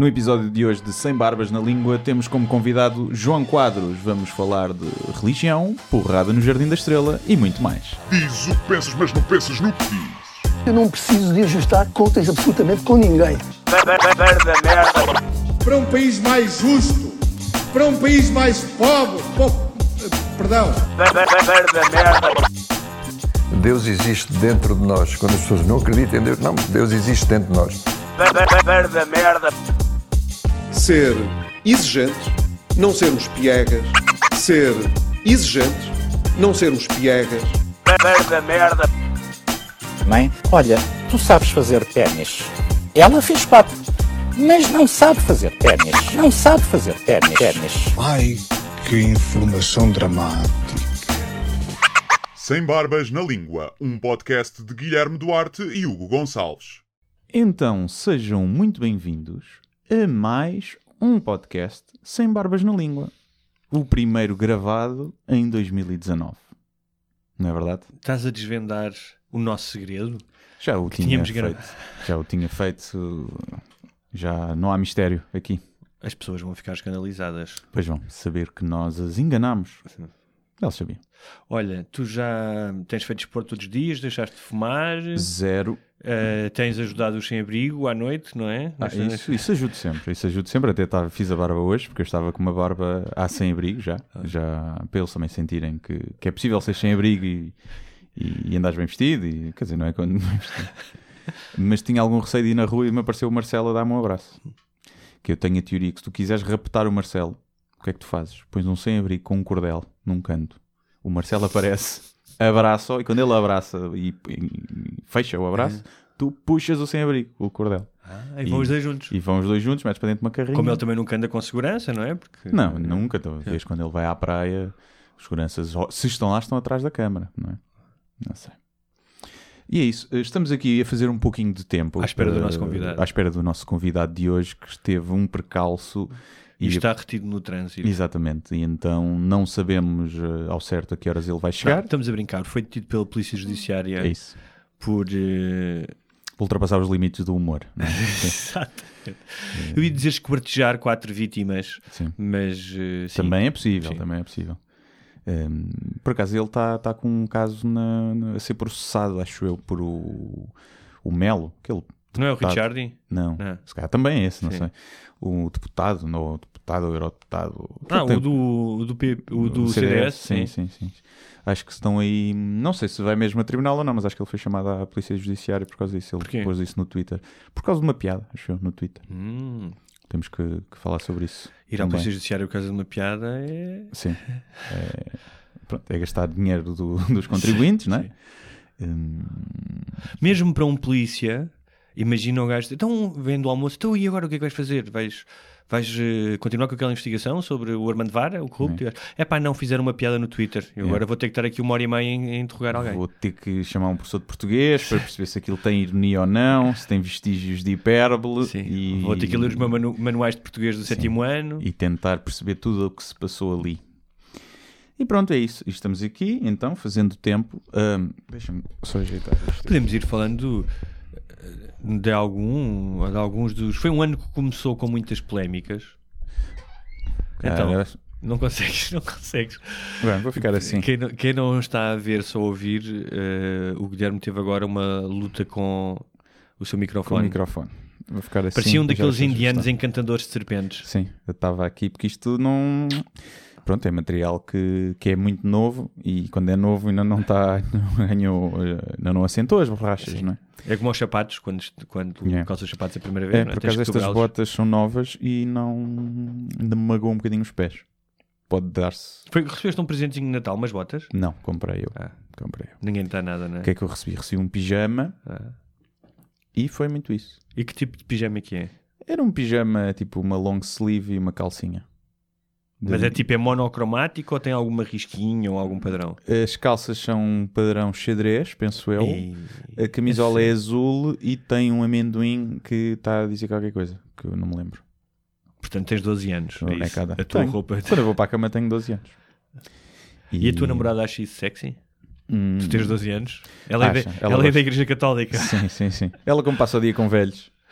No episódio de hoje de Sem Barbas na Língua temos como convidado João Quadros. Vamos falar de religião, porrada no Jardim da Estrela e muito mais. Diz o que pensas, mas não pensas no que dizes. Eu não preciso de ajustar contas absolutamente com ninguém. Para um país mais justo, para um país mais pobre, Deus existe dentro de nós. Quando as pessoas não acreditam em Deus, não, Deus existe dentro de nós. Ser exigente, não sermos piegas. Ser exigente, não sermos piegas. Mãe, olha, tu sabes fazer ténis. Ela fez 4, mas não sabe fazer ténis. Não sabe fazer ténis. Ai, que informação dramática. Sem Barbas na Língua, um podcast de Guilherme Duarte e Hugo Gonçalves. Então, sejam muito bem-vindos a mais um podcast Sem Barbas na Língua. O primeiro gravado em 2019. Não é verdade? Estás a desvendar o nosso segredo? Já o tinha feito. Já o tinha feito. Já não há mistério aqui. As pessoas vão ficar escandalizadas. Pois vão saber que nós as enganámos. Eles sabiam. Olha, tu já tens feito desporto todos os dias, deixaste de fumar. Zero. Tens ajudado os sem-abrigo à noite, não é? Isso ajudo sempre. Até fiz a barba hoje, porque eu estava com uma barba sem-abrigo já para eles também sentirem que é possível ser sem-abrigo e andares bem vestido. E, quer dizer, não é quando bem vestido. Mas tinha algum receio de ir na rua e me apareceu o Marcelo a dar-me um abraço. Que eu tenho a teoria que se tu quiseres raptar o Marcelo, o que é que tu fazes? Pões um sem-abrigo com um cordel num canto. O Marcelo aparece, abraça-o, e quando ele abraça e fecha o abraço, tu puxas o sem-abrigo, o cordel. E vão os dois juntos. E vão os dois juntos, metes para dentro de uma carrinha. Como ele também nunca anda com segurança, não é? Porque... Não, nunca. Desde quando ele vai à praia, os seguranças, se estão lá, estão atrás da câmara, não é? Não sei. E é isso. Estamos aqui a fazer um pouquinho de tempo. À espera do nosso convidado. À espera do nosso convidado de hoje, que teve um percalço... E está retido no trânsito. Exatamente. E então não sabemos ao certo a que horas ele vai chegar. Não, estamos a brincar. Foi detido pela Polícia Judiciária. É isso. Por... ultrapassar os limites do humor. Não é? Exatamente. Eu ia dizer esquartejar 4 vítimas. Sim. Mas... sim. Também é possível. Por acaso ele está com um caso a ser processado, acho eu, por o Melo. Não é o Richardi? Não. Se calhar também é esse, não sei. O deputado, ou eurodeputado. O do CDS? Sim. Acho que estão aí... Não sei se vai mesmo a tribunal ou não, mas acho que ele foi chamado à Polícia Judiciária por causa disso. Ele pôs isso no Twitter. Por causa de uma piada, acho eu, no Twitter. Temos que falar sobre isso. Ir à Polícia Judiciária por causa de uma piada é... Sim. É gastar dinheiro dos contribuintes, não é? Mesmo para um polícia... Imagina o gajo, então vendo o almoço, então e agora o que é que vais fazer? Vais continuar com aquela investigação sobre o Armando Vara, o corrupto? Não, fizeram uma piada no Twitter. Eu agora vou ter que estar aqui 1h30 a interrogar alguém. Vou ter que chamar um professor de português para perceber se aquilo tem ironia ou não, se tem vestígios de hipérbole. Sim. Vou ter que ler os manuais de português do 7º ano. E tentar perceber tudo o que se passou ali. E pronto, é isso. Estamos aqui, então, fazendo tempo. Deixa-me só ajeitar isto. Podemos ir falando... De alguns dos... Foi um ano que começou com muitas polémicas. Então, não consegues. Bem, vou ficar assim. Quem não está a ver, só a ouvir, o Guilherme teve agora uma luta com o seu microfone. Com o microfone. Vou ficar assim. Parecia um daqueles indianos encantadores de serpentes. Sim, eu estava aqui porque isto não... Pronto, é material que é muito novo e quando é novo ainda não ainda não assentou as borrachas, não é? É como aos sapatos, quando calças os sapatos a primeira vez. Por acaso estas botas são novas e ainda me magoam um bocadinho os pés. Pode dar-se... Recebeste um presentezinho de Natal, umas botas? Não, comprei eu. Ninguém está nada, não é? O que é que eu recebi? Recebi um pijama e foi muito isso. E que tipo de pijama que é? Era um pijama tipo uma long sleeve e uma calcinha. Mas é monocromático ou tem alguma risquinha ou algum padrão? As calças são um padrão xadrez, penso eu. A camisola é azul e tem um amendoim que está a dizer qualquer coisa, que eu não me lembro. Portanto, tens 12 anos. É isso? A tua roupa... Quando eu vou para a cama tenho 12 anos. E a tua namorada acha isso sexy? Tu tens 12 anos? Ela é da Igreja Católica. Sim. Ela como passa o dia com velhos.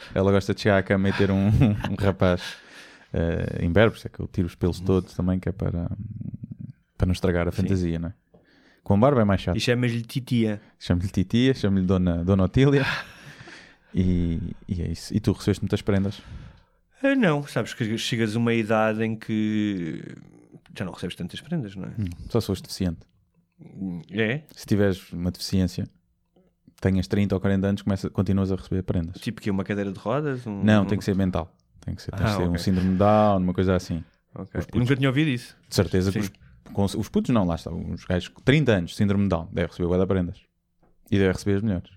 Ela gosta de chegar à cama e ter um rapaz imberbe, é que eu tiro os pelos todos também, que é para não estragar a fantasia, não é? Com barba é mais chato. E chamas-lhe titia. Chamo-lhe titia, chamo-lhe Dona Otília. E é isso. E tu recebeste muitas prendas? Não, sabes que chegas a uma idade em que já não recebes tantas prendas, não é? Só se foste deficiente. É? Se tiveres uma deficiência, tenhas 30 ou 40 anos, continuas a receber prendas. Tipo que uma cadeira de rodas? Não, tem que ser mental. Tem que ser, tem que ser ok. um síndrome de Down, uma coisa assim. Okay. Nunca tinha ouvido isso. De certeza que os putos não, lá está. Os gajos com 30 anos, síndrome de Down, deve receber bué de prendas. E deve receber as melhores.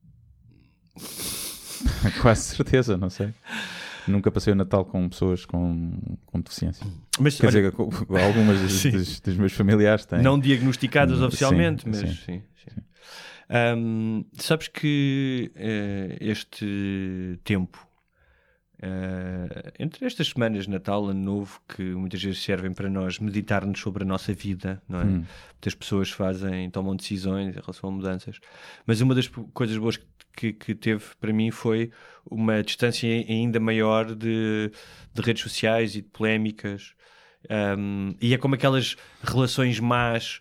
Quase certeza, não sei. Nunca passei o Natal com pessoas com deficiência. Mas, quer dizer, algumas dos meus familiares têm. Não diagnosticadas oficialmente, sim, mas sim. Sabes que este tempo, entre estas semanas de Natal, Ano Novo, que muitas vezes servem para nós meditarmos sobre a nossa vida, não é? Muitas pessoas tomam decisões em relação a mudanças, mas uma das coisas boas que teve para mim foi uma distância ainda maior de redes sociais e de polémicas, e é como aquelas relações más.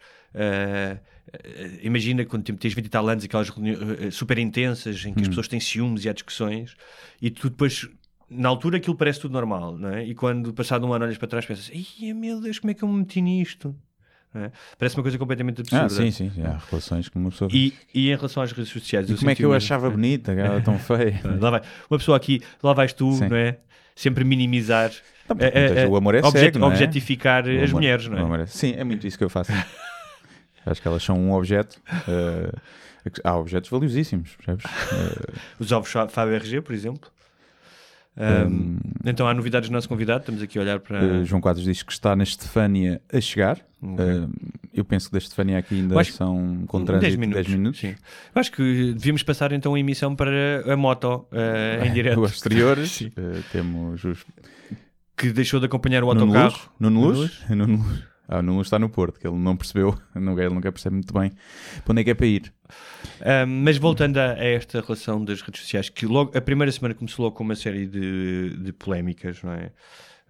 Imagina quando tens 20 e tal anos, aquelas super intensas em que as pessoas têm ciúmes e há discussões, e tu depois, na altura, aquilo parece tudo normal, não é? E quando passado um ano olhas para trás pensas, ai meu Deus, como é que eu me meti nisto? Não é? Parece uma coisa completamente absurda. Sim, há relações que uma pessoa... E em relação às redes sociais, como é que eu achava bonita, ela tão feia? Lá vai. Uma pessoa aqui, lá vais tu, não é? Sempre minimizar, o amor é cego, não é? Objetificar as mulheres, não é? Sim, é muito isso que eu faço. Acho que elas são um objeto. Há objetos valiosíssimos, percebes? Os ovos Fabergé, por exemplo. Então há novidades do nosso convidado. Estamos aqui a olhar para... João Quadros diz que está na Estefânia a chegar. Eu penso que da Estefânia aqui ainda são com trânsito 10 minutos. Sim. Eu acho que devíamos passar então a emissão para a moto em direto. Do exterior. Temos os... que deixou de acompanhar o autocarro. Nuno Luz. O Nuno está no Porto, que ele não percebeu, ele nunca percebe muito bem para onde é que é para ir. Mas voltando a esta relação das redes sociais, que logo a primeira semana começou logo com uma série de polémicas, não é?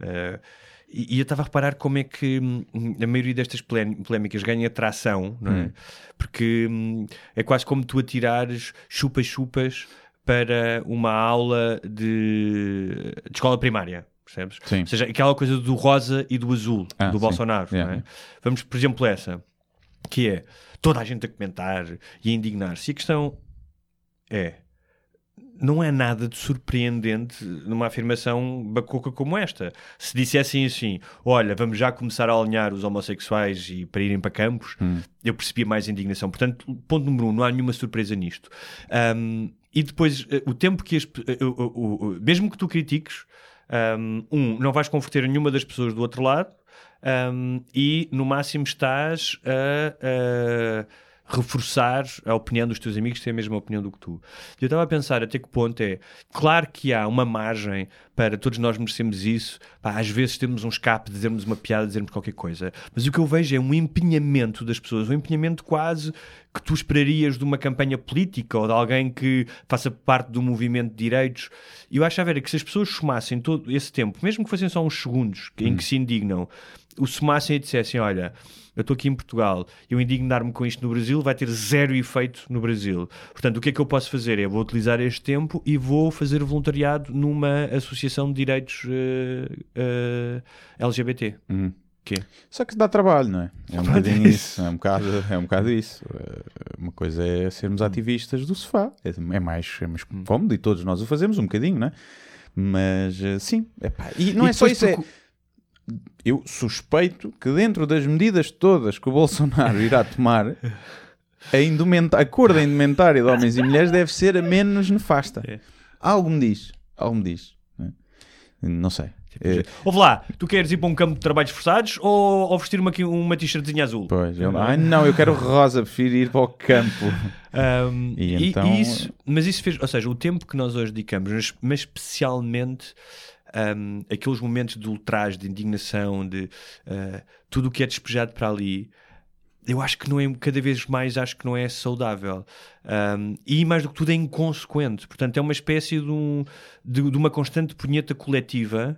E eu estava a reparar como é que a maioria destas polémicas ganha tração, não é? Porque é quase como tu atirares chupas-chupas para uma aula de escola primária. Percebes? Sim. Ou seja, aquela coisa do rosa e do azul do Bolsonaro. Não é? Vamos, por exemplo, essa, que é toda a gente a comentar e a indignar-se. E a questão não é nada de surpreendente numa afirmação bacoca como esta. Se dissessem assim, olha, vamos já começar a alinhar os homossexuais e para irem para campos, eu percebia mais indignação. Portanto, ponto número 1, não há nenhuma surpresa nisto. E depois, o tempo que mesmo que tu critiques, não vais converter nenhuma das pessoas do outro lado, e no máximo estás a reforçar a opinião dos teus amigos que têm a mesma opinião do que tu. Eu estava a pensar até que ponto claro que há uma margem para todos nós merecemos isso, às vezes temos um escape de dizermos uma piada, dizermos qualquer coisa, mas o que eu vejo é um empenhamento das pessoas, um empenhamento quase que tu esperarias de uma campanha política ou de alguém que faça parte do movimento de direitos. E eu achava que se as pessoas somassem todo esse tempo, mesmo que fossem só uns segundos em que se indignam, o somassem e dissessem, olha, eu estou aqui em Portugal, eu indignar-me com isto no Brasil, vai ter zero efeito no Brasil. Portanto, o que é que eu posso fazer? Vou utilizar este tempo e vou fazer voluntariado numa associação de direitos LGBT. Só que dá trabalho, não é? É um bocadinho isso. É um bocado isso. Uma coisa é sermos ativistas do sofá. É mais cómodo e todos nós o fazemos um bocadinho, não é? Mas, sim. E não é só isso, eu suspeito que dentro das medidas todas que o Bolsonaro irá tomar, a cor da indumentária de homens e mulheres deve ser a menos nefasta. Algo me diz. Não sei. Ouve lá, tu queres ir para um campo de trabalhos forçados ou vestir-me aqui uma t-shirtzinha azul? Pois, eu quero rosa, prefiro ir para o campo. Mas isso fez, ou seja, o tempo que nós hoje dedicamos, mas especialmente aqueles momentos de ultraje, de indignação, de tudo o que é despejado para ali, eu acho que não é, cada vez mais acho que não é saudável. E mais do que tudo é inconsequente. Portanto, é uma espécie de uma constante punheta coletiva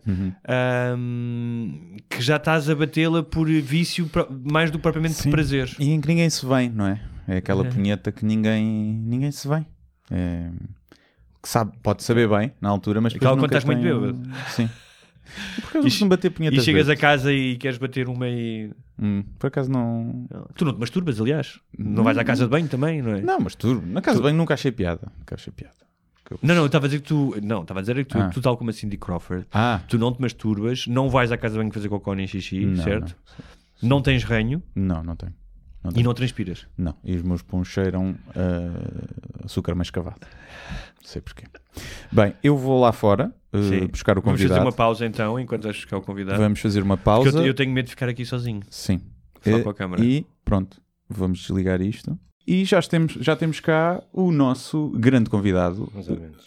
que já estás a batê-la por vício mais do que propriamente por prazer. E em que ninguém se vem, não é? É aquela punheta que ninguém se vem. Que pode saber bem na altura, mas depois nunca estás muito bêbado. Sim. Por acaso não bater punhetas. E chegas a casa e queres bater uma e... Por acaso não... Tu não te masturbas, aliás. Não vais à casa de banho também, não é? Não, masturbo. Na casa de banho nunca achei piada. Não, estava a dizer que tu... Não, estava a dizer que tu tal como a Cindy Crawford, tu não te masturbas, não vais à casa de banho fazer cocó nem xixi, certo? Não tens ranho. Não tenho. E não transpiras. Não, e os meus pães cheiram açúcar mascavado. Não sei porquê. Bem, eu vou lá fora buscar o convidado. Vamos fazer uma pausa então, enquanto vais buscar o convidado. Vamos fazer uma pausa. Porque eu tenho medo de ficar aqui sozinho. Sim. Falar com a câmara. E pronto, vamos desligar isto. E já temos cá o nosso grande convidado. Mais ou menos.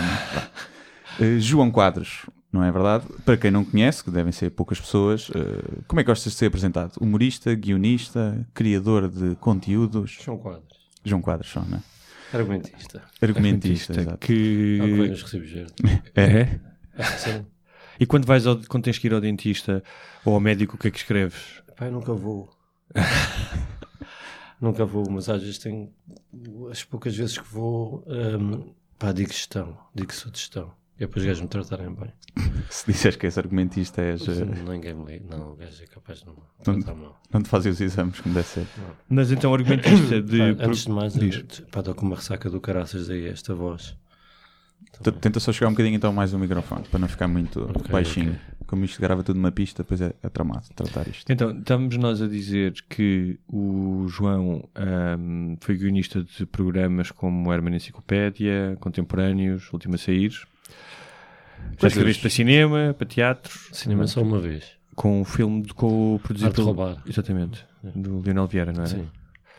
João Quadros. Não é verdade? Para quem não conhece, que devem ser poucas pessoas, como é que gostas de ser apresentado? Humorista, guionista, criador de conteúdos? João Quadros só, não é? Argumentista, exato. Que vai nos recibos verdes. É? Sim. E quando tens que ir ao dentista ou ao médico, o que é que escreves? Pai, nunca vou. Nunca vou, mas às vezes tenho... As poucas vezes que vou, digo gestão. Digo que sou de gestão. E depois os gajos me tratarem bem. Se disseres que és argumentista, és... Ninguém me liga. Não, o gajo é capaz de não tratar mal. Não te fazem os exames como deve ser. Não. Mas então argumentista de... Antes de mais, estou com uma ressaca do caraças aí, esta voz. Tenta só chegar um bocadinho então mais o microfone, para não ficar muito baixinho. Okay. Como isto grava tudo numa pista, depois é tramado tratar isto. Então, estamos nós a dizer que o João foi guionista de programas como Herman Enciclopédia, Contemporâneos, Última a Sair. Já escreveste para cinema, para teatro. Cinema só uma vez. Com um filme produzido pelo... Roubar. Exatamente. Do Lionel Vieira, não é? Sim.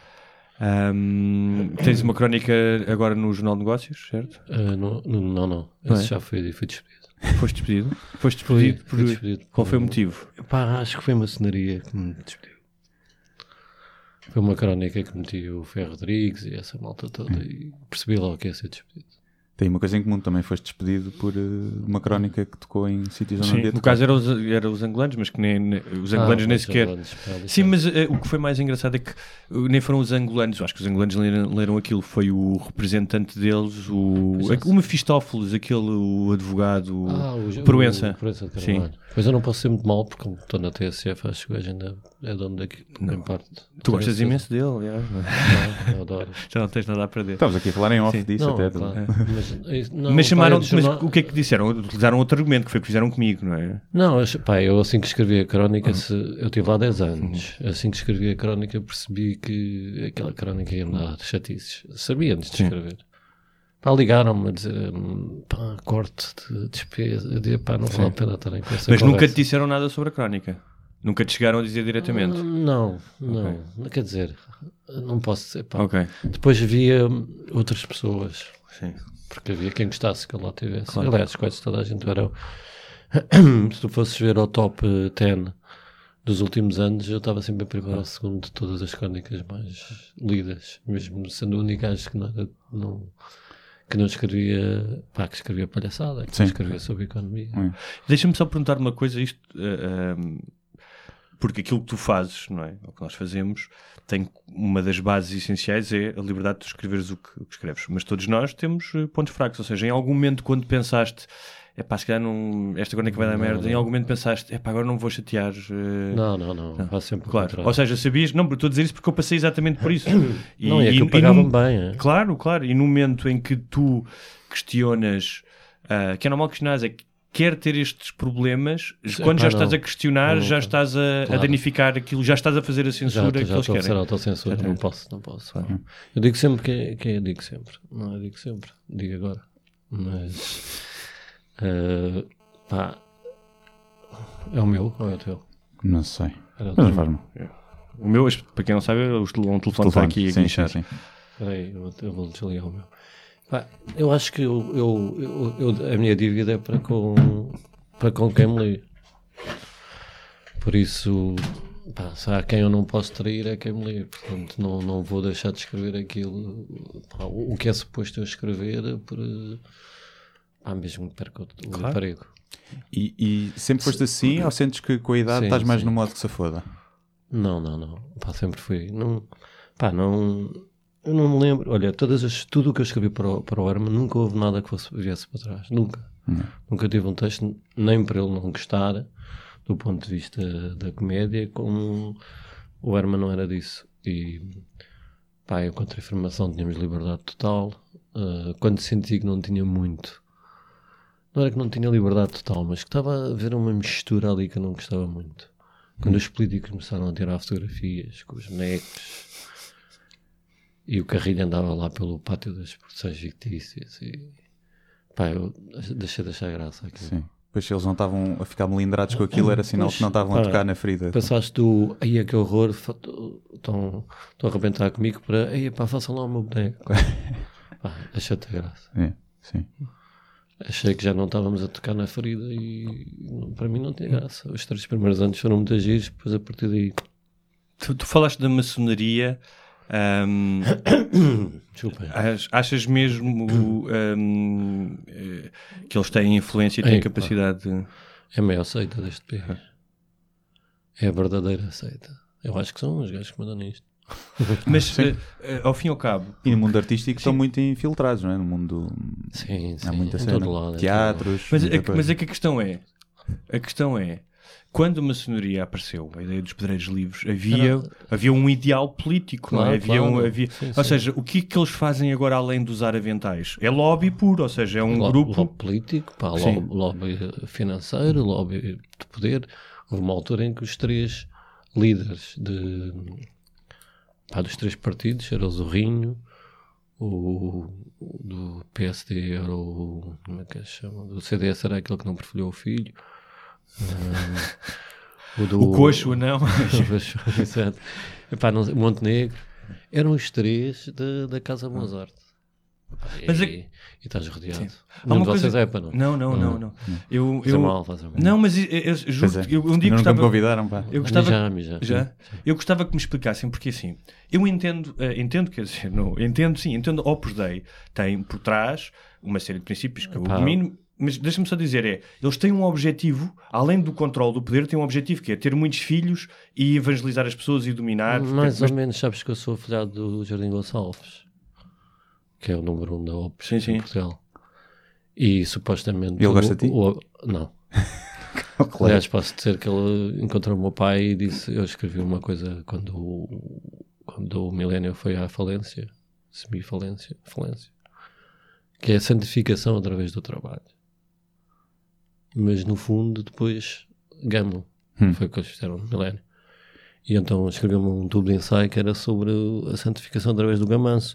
Tens uma crónica agora no Jornal de Negócios, certo? Não. Esse já fui despedido. Foste despedido? Fui despedido. Qual foi o motivo? Acho que foi a maçonaria que me despediu. Foi uma crónica que meti o Ferro Rodrigues e essa malta toda e percebi logo que ia ser despedido. Tem uma coisa em comum, também foste despedido por uma crónica que tocou em sítios onde não havia. No caso eram os angolanos, mas que nem os angolanos nem sequer. Sim, mas o que foi mais engraçado é que nem foram os angolanos, eu acho que os angolanos leram aquilo, foi o representante deles, o Mefistófeles, o advogado, Proença. Sim. Pois eu não posso ser muito mal, porque como estou na TSF, acho que o gajo ainda é dono daqui, em parte. Tu gostas imenso dele, aliás. Não, eu adoro. Já não tens nada a perder. Estamos aqui a falar em off disso não, até. Claro. Mas chamaram-te, mas o que é que disseram? Utilizaram outro argumento, que foi o que fizeram comigo, não é? Não, eu assim que escrevi a crónica, eu estive lá 10 anos, assim que escrevi a crónica percebi que aquela crónica ia me dar chatices. Sabia antes de escrever. Ligaram-me a dizer corte de despesa, não vale a pena estarem com essa Mas conversa. nunca te disseram nada sobre a crónica? Nunca te chegaram a dizer diretamente? Não, quer dizer, não posso dizer. Okay. Depois havia outras pessoas. Sim. Porque havia quem gostasse que eu lá tivesse. Claro. Aliás, quase toda a gente era. Se tu fosses ver ao top 10 dos últimos anos, eu estava sempre a primeiro ou segundo de todas as crónicas mais lidas, mesmo sendo o único gajo que não escrevia, que escrevia palhaçada, que escrevia sobre economia. Deixa-me só perguntar uma coisa, porque aquilo que tu fazes, não é? O que nós fazemos, tem uma das bases essenciais é a liberdade de escreveres o que escreves. Mas todos nós temos pontos fracos, ou seja, em algum momento quando pensaste se calhar esta crónica vai dar merda, em algum momento pensaste, agora não vou chatear. Não. Faço sempre claro. Ou seja, sabias, não, estou a dizer isso porque eu passei exatamente por isso. É que eu pagava-me bem. É? Claro. E no momento em que tu questionas, que é normal questionar, quer ter estes problemas, quando já estás a questionar, já estás a danificar aquilo, já estás a fazer a censura que eles querem. Já estou a fazer autocensura, não posso. Claro. Eu digo sempre que digo sempre. Não, eu digo sempre. Digo agora. Mas... é o meu ou é o teu? Não sei. Mas faz mal. O meu, para quem não sabe, um telefone está aqui a guinchar. Sim. Espera aí, eu vou desligar o meu. Eu acho que a minha dívida é para com quem me liga. Por isso Pá, se há quem eu não posso trair é quem me lê, portanto não vou deixar de escrever aquilo, pá, o que é suposto eu escrever por mesmo que perca o emprego. E sempre foste assim, ou sentes que com a idade estás mais no modo que se foda? Não. Pá, sempre fui. Eu não me lembro. Olha, tudo o que eu escrevi para o Herman, nunca houve nada que viesse para trás. Nunca. Nunca tive um texto, nem para ele não gostar, do ponto de vista da comédia, como o Herman não era disso. E pá, eu contra a informação tínhamos liberdade total. Quando senti que não tinha muito, não era que não tinha liberdade total, mas que estava a haver uma mistura ali que eu não gostava muito. Quando os políticos começaram a tirar fotografias com os bonecos e o Carrilho andava lá pelo pátio das produções fictícias e pá, eu deixei de achar graça aquilo. Sim. Pois se eles não estavam a ficar melindrados com aquilo, era sinal que não estavam a tocar na ferida. Passaste do aí que horror, estão a arrebentar comigo para aí pá, façam lá o meu boneco. Pá, achei-te a graça. Sim. Achei que já não estávamos a tocar na ferida e para mim não tinha graça. Os 3 primeiros anos foram muito giros, depois a partir daí. Tu falaste da maçonaria. Desculpa. Achas mesmo que eles têm influência e têm capacidade de... É a maior seita deste país. É a verdadeira seita. Eu acho que são os gajos que mandam nisto. Mas ao fim e ao cabo, e no mundo artístico estão muito infiltrados, não é? No mundo há muita cena, todo lado, teatros. Mas é que a questão é quando a maçonaria apareceu, a ideia dos pedreiros livres, havia um ideal político, claro, não é? Sim, ou seja, o que é que eles fazem agora além de usar aventais? É lobby puro, ou seja, é um grupo... Lobby político, lobby financeiro, lobby de poder. Houve uma altura em que os 3 líderes dos 3 partidos, era o Zorrinho, o do PSD era o... como é que se chama? Do CDS era aquele que não preferiu o filho. O coxo, não? Exato. O Montenegro. Eram os 3 da Casa Mozart. E estás rodeado. Não vocês é para não. Não. Faz mal. Não, mas eu juro, eu um dia gostava... Não me convidaram, pá. Eu gostava que me explicassem, porque assim, eu entendo, quer dizer, não, entendo Opus Dei tem por trás uma série de princípios que eu domino, mas deixa-me só dizer, eles têm um objetivo, além do controle do poder, têm um objetivo que é ter muitos filhos e evangelizar as pessoas e dominar. Mais ou menos, sabes que eu sou afilhado do Jardim Gonçalves, que é o número 1 da Opus em Portugal. E supostamente... Ele gosta de ti? Não. Aliás, posso dizer que ele encontrou o meu pai e disse, eu escrevi uma coisa quando o milénio foi à falência, semifalência, que é a santificação através do trabalho. Mas no fundo depois gamam. Foi o que eles fizeram no milénio. E então escreveu-me um tubo de ensaio que era sobre a santificação através do gamanço.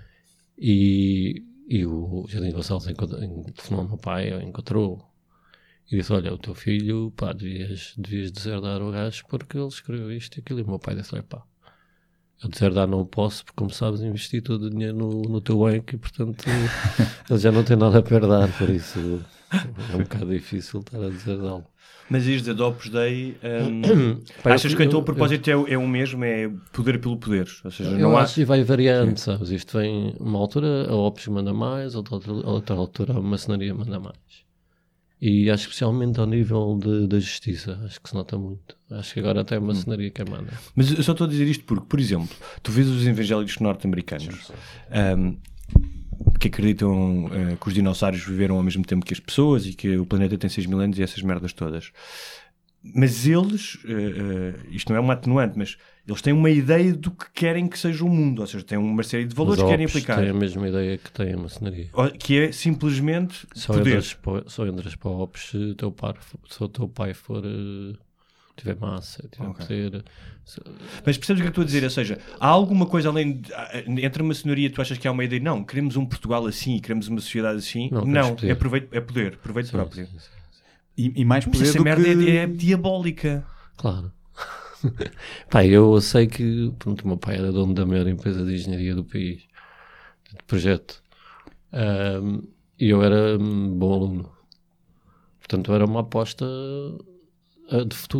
E o Jardim Gonçalves telefonou ao meu pai, encontrou e disse, olha, o teu filho, pá, devias deserdar o gajo porque ele escreveu isto e aquilo. E o meu pai disse, olha, pá, eu deserdar não posso porque, como sabes, investi todo o dinheiro no teu banco e, portanto, ele já não tem nada para herdar, por isso é um bocado difícil estar a deserdá-lo. Mas isto de Opus Dei, achas que então o propósito é o mesmo, é poder pelo poder? Ou seja, eu acho que vai variando, sabes? Isto vem, uma altura a Opus manda mais, outra altura a maçonaria manda mais. E acho que especialmente ao nível da justiça, acho que se nota muito. Acho que agora até a maçonaria que manda. Mas eu só estou a dizer isto porque, por exemplo, tu vês os evangélicos norte-americanos que acreditam que os dinossauros viveram ao mesmo tempo que as pessoas e que o planeta tem 6 mil anos e essas merdas todas. Mas eles, isto não é uma atenuante, mas eles têm uma ideia do que querem que seja o mundo, ou seja, têm uma série de valores que querem aplicar. Têm a mesma ideia que tem a maçonaria. Que é simplesmente poder. Só entras para o Opus se o teu pai for... tiver massa, tiver poder. Mas percebes o que eu estou a dizer? Ou seja, há alguma coisa além entre a maçonaria, tu achas que há uma ideia? Não, queremos um Portugal assim, queremos uma sociedade assim. Não, é poder próprio. Sim. E mais poder essa do merda que... é diabólica. Claro. Pá, eu sei que pronto, o meu pai era dono da maior empresa de engenharia do país, de projeto, e eu era bom aluno, portanto era uma aposta de futuro.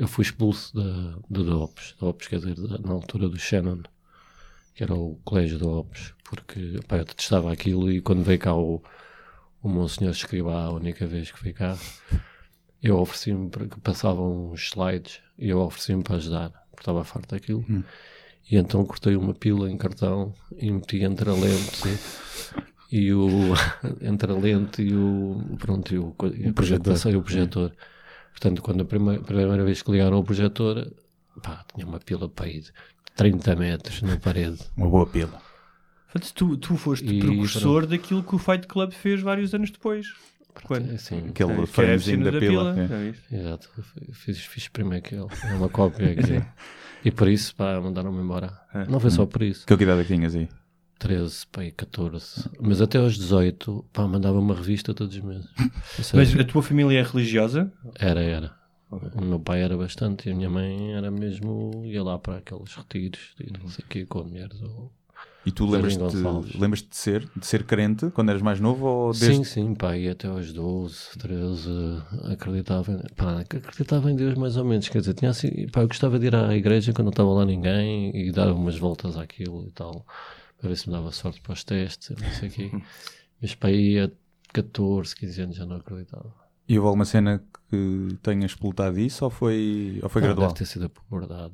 eu fui expulso da Opus, quer dizer, na altura do Shannon, que era o colégio da Opus, porque pá, eu detestava aquilo, e quando veio cá o Monsenhor Escrivá, a única vez que veio cá, eu ofereci-me, porque passavam uns slides, e eu ofereci-me para ajudar, porque estava farto daquilo. E então cortei uma pila em cartão e meti entre a lente e o projetor. Portanto, quando a primeira vez que ligaram o projetor, pá, tinha uma pila para ir de 30 metros na parede. Uma boa pila. Tu foste precursor daquilo que o Fight Club fez vários anos depois. Quando? Sim, aquele framezinho da pila. Exato, fiz primeiro que ele. É uma cópia aqui. E por isso, pá, mandaram-me embora. Não foi só por isso. Que idade é que tinhas aí? 13, pá, e 14. Mas até aos 18, pá, mandava uma revista todos os meses. Mas a tua família é religiosa? Era. O meu pai era bastante, e a minha mãe era mesmo, ia lá para aqueles retiros, e não sei o quê, com mulheres. E tu lembras-te de ser crente quando eras mais novo? Ou desde... Sim, pá, e até aos 12, 13, acreditava em Deus mais ou menos, quer dizer, tinha assim, pá, eu gostava de ir à igreja quando não estava lá ninguém, e dar umas voltas àquilo e tal, para ver se me dava sorte para os testes, não sei o quê. Mas pá, aí a 14, 15 anos já não acreditava. E houve alguma cena que tenhas explotado isso, ou foi gradual? Deve ter sido a puberdade.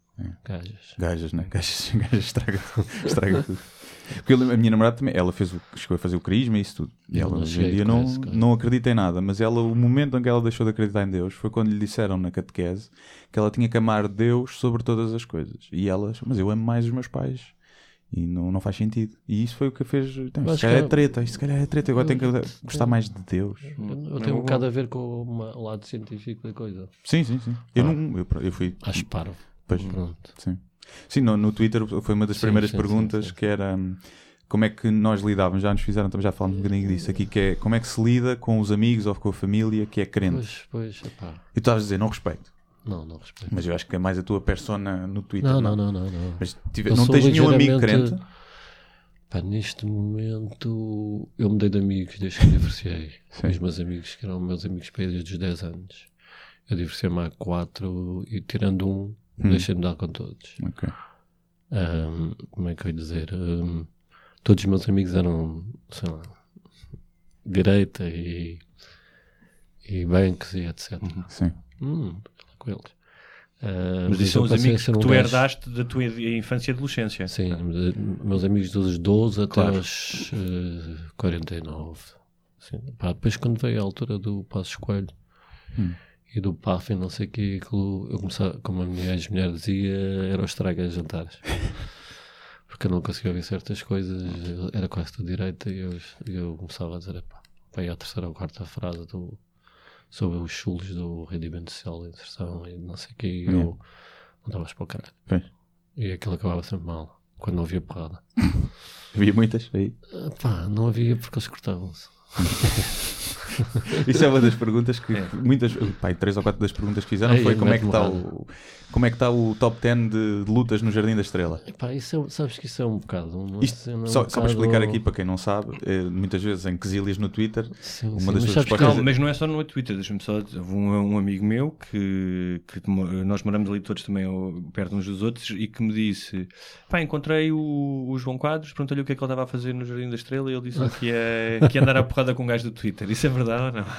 Gajas, né? Gajas estraga tudo. Porque a minha namorada também, ela chegou a fazer o crisma e isso tudo. E ela hoje em dia não acredita em nada, mas o momento em que ela deixou de acreditar em Deus foi quando lhe disseram na catequese que ela tinha que amar Deus sobre todas as coisas. E ela, mas eu amo mais os meus pais. E não faz sentido. E isso foi o que fez. Então, se calhar é treta. Agora tenho que gostar mais de Deus. Eu tenho um bocado a ver com o lado científico da coisa. Sim. Eu fui. Acho paro. Pois, sim, no Twitter foi uma das primeiras perguntas que era como é que nós lidávamos, já nos fizeram, também já falamos um bocadinho disso aqui, que é como é que se lida com os amigos ou com a família que é crente. Pois, epá. E tu estavas a dizer, não respeito. Não respeito. Mas eu acho que é mais a tua persona no Twitter. Não. Mas não tens nenhum amigo crente? Pá, neste momento eu mudei de amigos desde que divorciei. Os meus amigos, que eram meus amigos para desde os 10 anos. Eu divorciei-me há 4 e tirando um, deixei-me dar com todos. Ok. Como é que eu ia dizer? Todos os meus amigos eram, sei lá, direita e bancos e etc. Sim. Com eles. Mas isso são os amigos que tu herdaste da tua infância e adolescência. Sim, meus amigos dos 12 até aos 49. Assim, pá, depois quando veio a altura do Passos Coelho e do PAF e não sei o que, eu começava, como a minha ex-mulher dizia, era o estrago a jantares. Porque eu não conseguia ouvir certas coisas, era quase tudo direita, e eu começava a dizer, pá, aí a terceira ou quarta frase sobre os chulos do rendimento social da inserção e não sei o que, e eu não estava para o caralho. E aquilo acabava sempre mal, quando não havia porrada. Havia muitas aí? Pá, não havia porque eles cortavam-se. Isso é uma das perguntas que muitas, 3 ou 4 das perguntas que fizeram foi como é que está o top 10 de lutas no Jardim da Estrela. Sabes que isso é um bocado só para explicar aqui para quem não sabe, muitas vezes em quesílias no Twitter, uma das suas respostas... Calma, mas não é só no Twitter, deixa-me só dizer, houve um amigo meu que nós moramos ali todos também perto uns dos outros e que me disse, encontrei o João Quadros, perguntei-lhe o que é que ele estava a fazer no Jardim da Estrela e ele disse que ia andar à porrada com um gajo do Twitter. Isso é verdade ou não?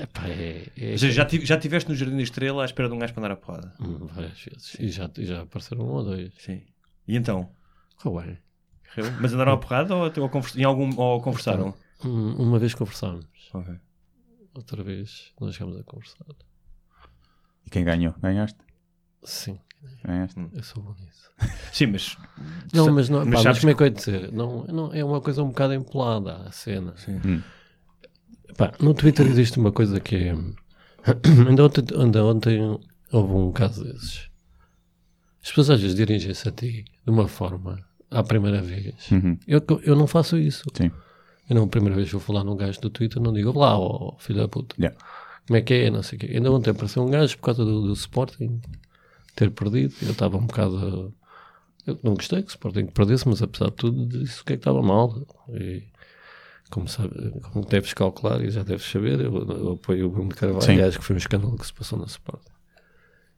Já estiveste no Jardim da Estrela à espera de um gajo para andar à porrada? Várias vezes. E já apareceram 1 ou 2. Sim. E então? Ué. Mas andaram à porrada ou conversaram? Uma vez conversámos. Okay. Outra vez nós chegámos a conversar. E quem ganhou? Ganhaste? Sim. Ganhaste? Eu sou bom nisso. Sim, mas... Mas como é que eu ia dizer? Não, é uma coisa um bocado empolada a cena. Sim. No Twitter existe uma coisa que é... Ainda ontem houve um caso desses. As pessoas às vezes dirigem-se a ti de uma forma à primeira vez. Eu não faço isso. Sim. Eu não, a primeira vez que vou falar num gajo do Twitter, não digo lá, filho da puta. Yeah. Como é que é? Não sei o quê. Ainda ontem apareceu um gajo por causa do Sporting ter perdido. Eu estava um bocado... Eu não gostei que o Sporting perdesse, mas apesar de tudo disse o que é que estava mal. E... Como deves calcular e já deves saber, eu apoio o Bruno Carvalho e acho que foi um escândalo que se passou na Sport.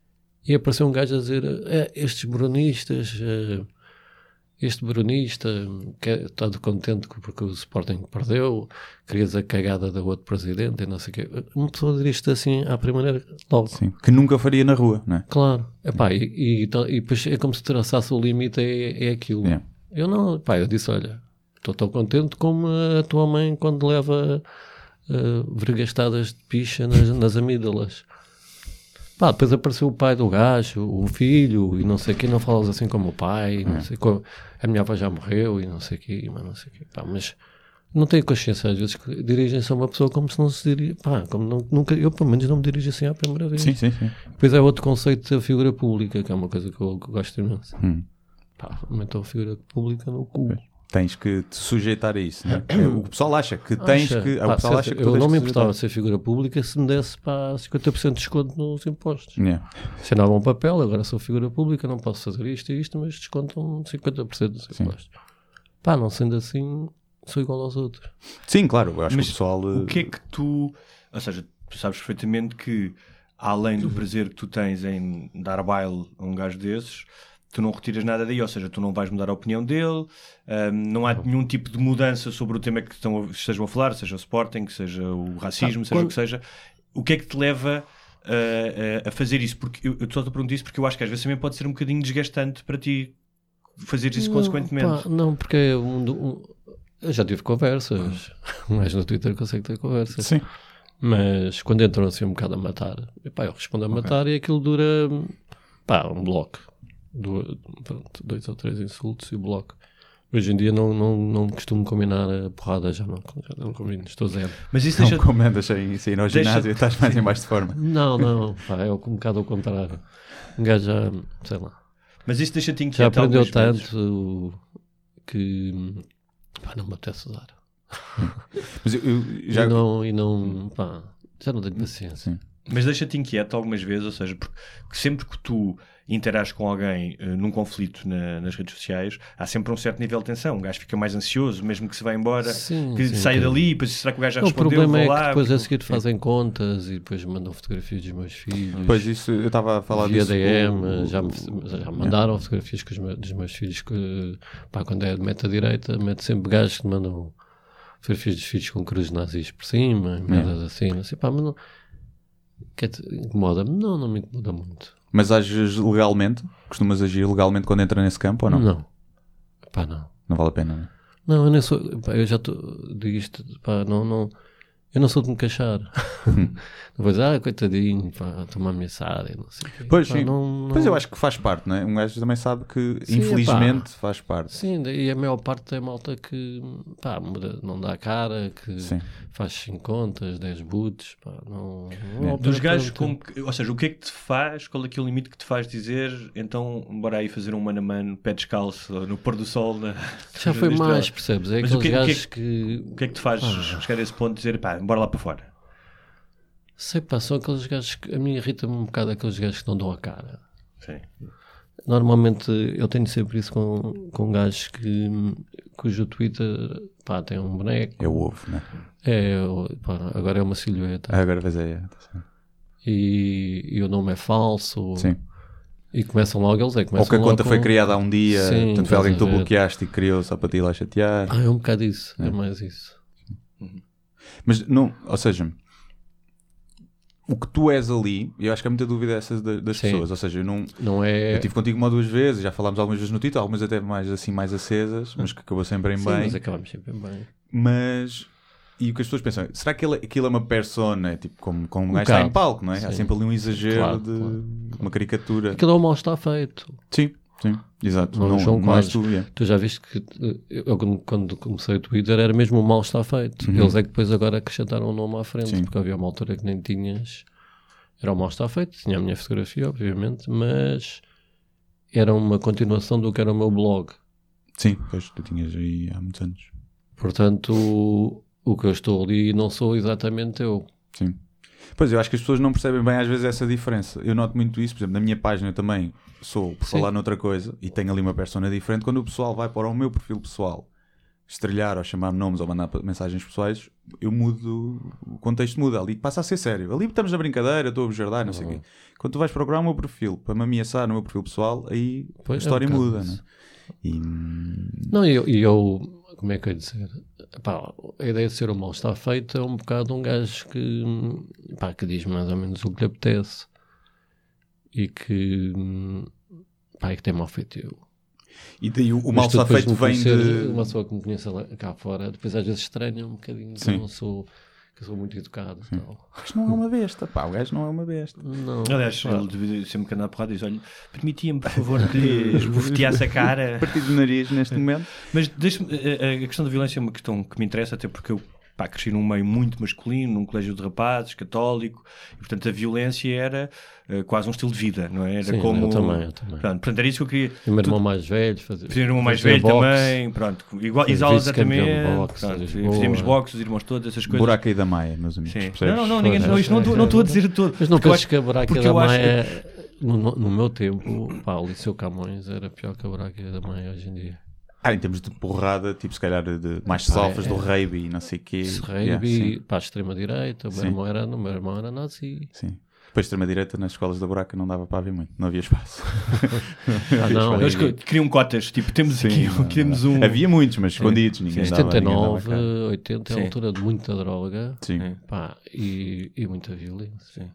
E apareceu um gajo a dizer, estes brunistas, este brunista que está contente porque o Sporting perdeu, querias a cagada da outro presidente e não sei o quê. Uma pessoa diz isto assim à primeira logo. Sim, que nunca faria na rua, não é? Claro. Epá, e depois é como se traçasse o limite, é aquilo. Yeah. Eu não, pá, eu disse, olha, estou tão contente como a tua mãe quando leva vergastadas de picha nas amígdalas. Pá, depois apareceu o pai do gajo, o filho, e não sei o quê, não falas assim como o pai, não sei como, a minha avó já morreu, e não sei o quê, mas não sei o quê. Pá, mas não tenho consciência, às vezes, que dirigem-se a uma pessoa como se não se diria, pá, como nunca, eu pelo menos não me dirijo assim à primeira vez. Sim. Depois é outro conceito da figura pública, que é uma coisa que eu gosto imenso. Pá, aumentou a figura pública no cu. Tens que te sujeitar a isso, não é? O pessoal acha que tens que... Pá, o pessoal acha que eu não me importava de ser figura pública se me desse, pá, 50% de desconto nos impostos. Yeah. Assinava um papel, agora sou figura pública, não posso fazer isto e isto, mas descontam 50% dos impostos. Pá, não sendo assim, sou igual aos outros. Sim, claro, eu acho mas que o pessoal... O que é que tu... Ou seja, tu sabes perfeitamente que, além do prazer que tu tens em dar baile a um gajo desses, tu não retiras nada daí, ou seja, tu não vais mudar a opinião dele, não há nenhum tipo de mudança sobre o tema que estejam a falar, seja o Sporting, seja o racismo, seja o que seja. O que é que te leva a fazer isso? Porque eu só te pergunto isso porque eu acho que às vezes também pode ser um bocadinho desgastante para ti fazer isso consequentemente. Pá, não, porque eu já tive conversas, mas no Twitter consigo ter conversas. Sim. Mas quando entram assim um bocado a matar, epá, eu respondo a matar e aquilo dura, pá, um bloco. 2 ou 3 insultos e bloco. Hoje em dia não costumo combinar a porrada, já não combino, estou zero. Mas isso não comentas sem ir ao ginásio e estás mais em baixo de forma. Não, pá, é um bocado ao contrário. Um gajo já, sei lá. Mas isso deixa-te inquieto. Já aprendeu tanto que pá, não me apetece usar. Mas eu já... E não, pá, já não tenho paciência. Sim. Mas deixa-te inquieto algumas vezes, ou seja, porque sempre que tu interages com alguém num conflito nas redes sociais, há sempre um certo nível de tensão. O gajo fica mais ansioso, mesmo que se vá embora, que saia dali, depois será que o gajo já respondeu? O problema é lá, que depois a seguir fazem contas e depois mandam fotografias dos meus filhos. Pois isso, eu estava a falar via disso. DM, já mandaram fotografias dos meus filhos, que, pá, quando é de meta-direita, mete sempre gajos que mandam fotografias dos filhos com cruzes nazis por cima, merdas assim, não sei, pá, mas não... Incomoda-me? Não me incomoda muito. Mas ages legalmente? Costumas agir legalmente quando entra nesse campo ou não? Não. Pá, não. Não vale a pena, não é? Não, eu nem sou... Pá, eu já digo isto, pá, não... Eu não sou de me queixar. Não vou dizer, coitadinho, pá, estou-me a ameaçar e não sei o quê. Pois, pá, sim. Não... Pois eu acho que faz parte, não é? Um gajo também sabe que, sim, infelizmente, faz parte. Sim, e a maior parte é malta que, pá, não dá a cara, que faz 5 contas, 10 boots, pá, não dos gajos, ou seja, o que é que te faz, qual é que é o limite que te faz dizer, então, bora aí fazer um mano a mano, pé descalço, no pôr do sol, já foi mais, percebes? É aqueles gajos que... O que é que te faz chegar a esse ponto de dizer, pá, bora lá para fora? Sei, pá, são aqueles gajos que a mim irrita-me um bocado, aqueles gajos que não dão a cara. Sim. Normalmente eu tenho sempre isso com gajos cujo Twitter, pá, tem um boneco. É o ovo, né? Pá, agora é uma silhueta. Agora vês aí. E o nome é falso. Sim. E começam logo eles. Ou que a conta foi criada há um dia, portanto foi alguém que tu bloqueaste e criou só para te ir lá chatear. É um bocado isso, é mais isso. Mas não, ou seja, o que tu és ali, e eu acho que há muita dúvida essa das pessoas, ou seja, eu estive contigo uma ou duas vezes, já falámos algumas vezes no Twitter, algumas até mais acesas, mas que acabou sempre em bem. Mas acabamos sempre em bem. Mas, e o que as pessoas pensam, será que aquilo é uma persona, tipo, como um gajo está em palco, não é? Sim. Há sempre ali um exagero uma caricatura. Aquilo é o mal está feito. Sim, exato. Não és tu já viste que eu quando comecei o Twitter era mesmo o mal está feito. Eles é que depois agora acrescentaram o nome à frente, porque havia uma altura que nem tinhas, era o mal está feito, tinha a minha fotografia obviamente, mas era uma continuação do que era o meu blog. Sim, pois tu tinhas aí há muitos anos. Portanto o que eu estou ali não sou exatamente eu. Sim. Pois, eu acho que as pessoas não percebem bem às vezes essa diferença. Eu noto muito isso, por exemplo, na minha página eu também sou por falar noutra coisa e tenho ali uma persona diferente. Quando o pessoal vai para o meu perfil pessoal estrelhar ou chamar-me nomes ou mandar mensagens pessoais, eu mudo, o contexto muda, ali passa a ser sério. Ali estamos na brincadeira, estou a bujardar, não sei o quê. Quando tu vais procurar o meu perfil para me ameaçar no meu perfil pessoal, aí a história muda, né? Eu como é que eu ia dizer? Pá, a ideia de ser humano está feita é um bocado um gajo que diz mais ou menos o que lhe apetece e que tem mau feitio. E daí o mal está feito vem de... Uma pessoa que me conhece cá fora, depois às vezes estranha um bocadinho que eu sou muito educado. Tal. Mas não é uma besta, pá, o gajo não é uma besta. Não. Aliás, ele sempre que anda a porrada diz, olha, permitia-me por favor que lhe esbofeteasse a cara. Partido de nariz neste momento. Mas a questão da violência é uma questão que me interessa, até porque eu cresci num meio muito masculino, num colégio de rapazes, católico, e portanto a violência era quase um estilo de vida, não é? Era sim, como... eu também. Portanto, era isso que eu queria... E o meu irmão mais velho fazia... Meu irmão mais velho também, pronto. Igual, exatamente. Fizemos boxe, os irmãos todos, essas coisas. Buraco aí da Maia, meus amigos. Não estou a dizer tudo. Mas não penses que a Buraco da Maia, no meu tempo, o Liceu Camões era pior que a Buraco da Maia hoje em dia. Em termos de porrada, tipo, se calhar de mais salvas do rugby e não sei o quê. Rugby, para a extrema-direita, o meu irmão era nazi. Sim. Depois, extrema-direita, nas escolas da Buraca não dava para haver muito, não havia espaço. Eles queriam cotas, tipo, temos um... Havia muitos, mas escondidos, ninguém dava. 79, 80 é a altura de muita droga. Sim. E muita violência. Sim.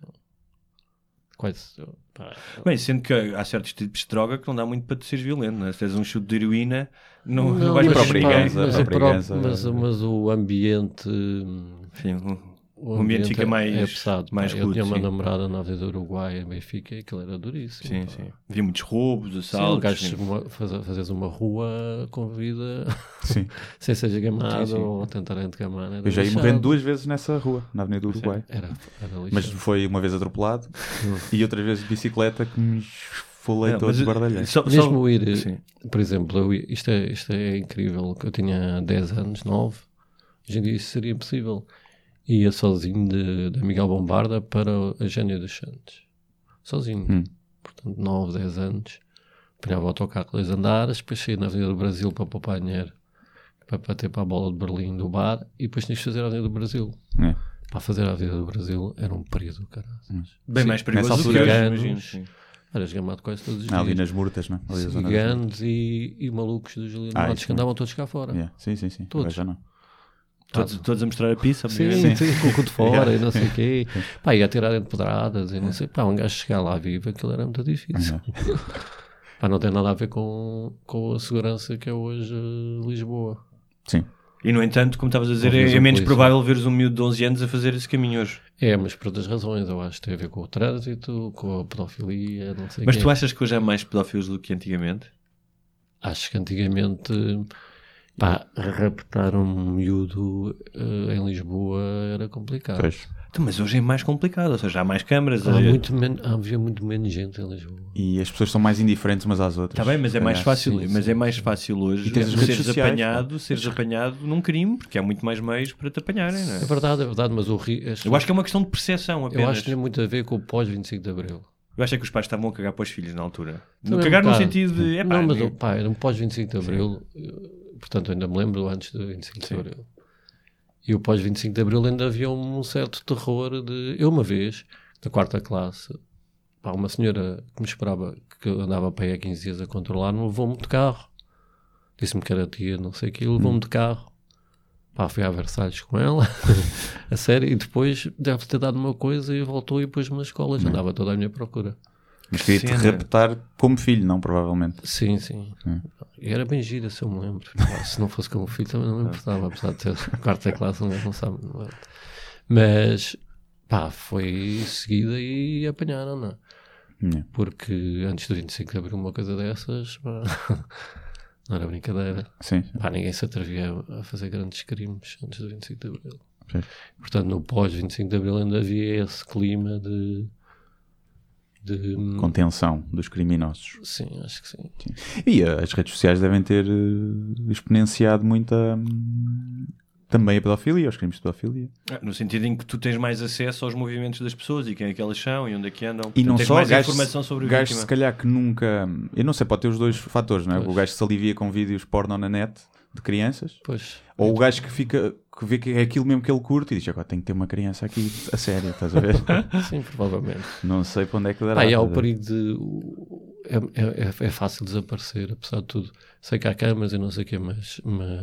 Bem, sendo que há certos tipos de droga que não dá muito para te seres violento, não é? Se tens um chute de heroína, não vais para ninguém. Mas o ambiente... Sim, o ambiente fica mais pesado. Eu tinha uma namorada na Avenida do Uruguai, em Benfica, e aquilo era duríssimo. Sim. Havia muitos roubos, assaltos. Sim, fazes uma rua com vida sem ser gamado ou tentar entgamar. Eu já ia morrendo 2 vezes nessa rua, na Avenida do Uruguai. Era mas foi uma vez atropelado e outras vezes de bicicleta que me esfolei todos os guardalheiros. Mesmo ir, por exemplo, isto é incrível, que eu tinha 10 anos, 9, hoje em dia isso seria impossível. Ia sozinho de Miguel Bombarda para a Gênia dos Santos. Sozinho. Portanto, 9, 10 anos. Apanhava o autocarro 2 andares, depois saía na Avenida do Brasil para poupar dinheiro, para bater para a bola de Berlim do bar, e depois tinhas de fazer a Avenida do Brasil. Para fazer a Avenida do Brasil era um período, caralho. Bem mais perigoso do que hoje, imagino. Era esgamado quase todos os dias. Ali nas murtas, não é? Ciganos e malucos dos Juliano Matos que andavam todos cá fora. Sim. Todos. Já não. Todos a mostrar a pizza. Sim, com o cu de fora e não sei o quê. Ia tirar dentro de pedradas e não sei. Um gajo chegar lá vivo, aquilo era muito difícil. Não tem nada a ver com a segurança que é hoje Lisboa. Sim. E no entanto, como estavas a dizer, é menos provável veres um miúdo de 11 anos a fazer esse caminho hoje. Mas por outras razões, eu acho que tem a ver com o trânsito, com a pedofilia, não sei o quê. Mas tu achas que hoje há mais pedófilos do que antigamente? Acho que antigamente... raptar um miúdo em Lisboa era complicado. Então, mas hoje é mais complicado, ou seja, há mais câmaras. Havia muito menos gente em Lisboa. E as pessoas são mais indiferentes umas às outras. Está bem, mas é mais fácil, é mais fácil hoje seres apanhado num crime, porque há muito mais meios para te apanharem, não é? É verdade, mas eu acho que é uma questão de percepção apenas. Eu acho que tem muito a ver com o pós-25 de Abril. Eu acho que os pais estavam a cagar para os filhos na altura. Cagar no sentido de... no pós-25 de Abril... Portanto, eu ainda me lembro antes do 25 de Abril. E o pós-25 de Abril ainda havia um certo terror de... Eu uma vez, na 4ª classe, uma senhora que me esperava, que eu andava para aí há 15 dias a controlar, me levou-me de carro. Disse-me que era tia, não sei o que, levou-me de carro. Fui a Versalhes com ela, a sério, e depois deve ter dado uma coisa e voltou e pôs-me na escola. Já andava toda à minha procura. Mas queria-te raptar como filho, não? Provavelmente. Sim. E era bem gira, se eu me lembro. Se não fosse como filho, também não me importava, apesar de ter 4ª classe, não sabe. Mas, foi seguida e apanharam, não é? Porque antes do 25 de Abril, uma coisa dessas, não era brincadeira. Sim. Ninguém se atrevia a fazer grandes crimes antes do 25 de Abril. Sim. Portanto, no pós-25 de Abril ainda havia esse clima de contenção dos criminosos. Sim, acho que sim. E as redes sociais devem ter exponenciado muito também a pedofilia, os crimes de pedofilia. No sentido em que tu tens mais acesso aos movimentos das pessoas e quem é que elas são e onde é que andam. E não tens só mais gajos, informação sobre o gajos vítima. Se calhar que nunca... Eu não sei, pode ter os dois fatores, não é? O gajo se alivia com vídeos porno na net, de crianças. Pois. Ou o gajo que vê que é aquilo mesmo que ele curte e diz, agora tenho que ter uma criança aqui a sério, estás a ver? Sim, provavelmente. Não sei para onde é que dará. E há o perigo de... É fácil desaparecer, apesar de tudo. Sei que há câmaras e não sei o quê, mas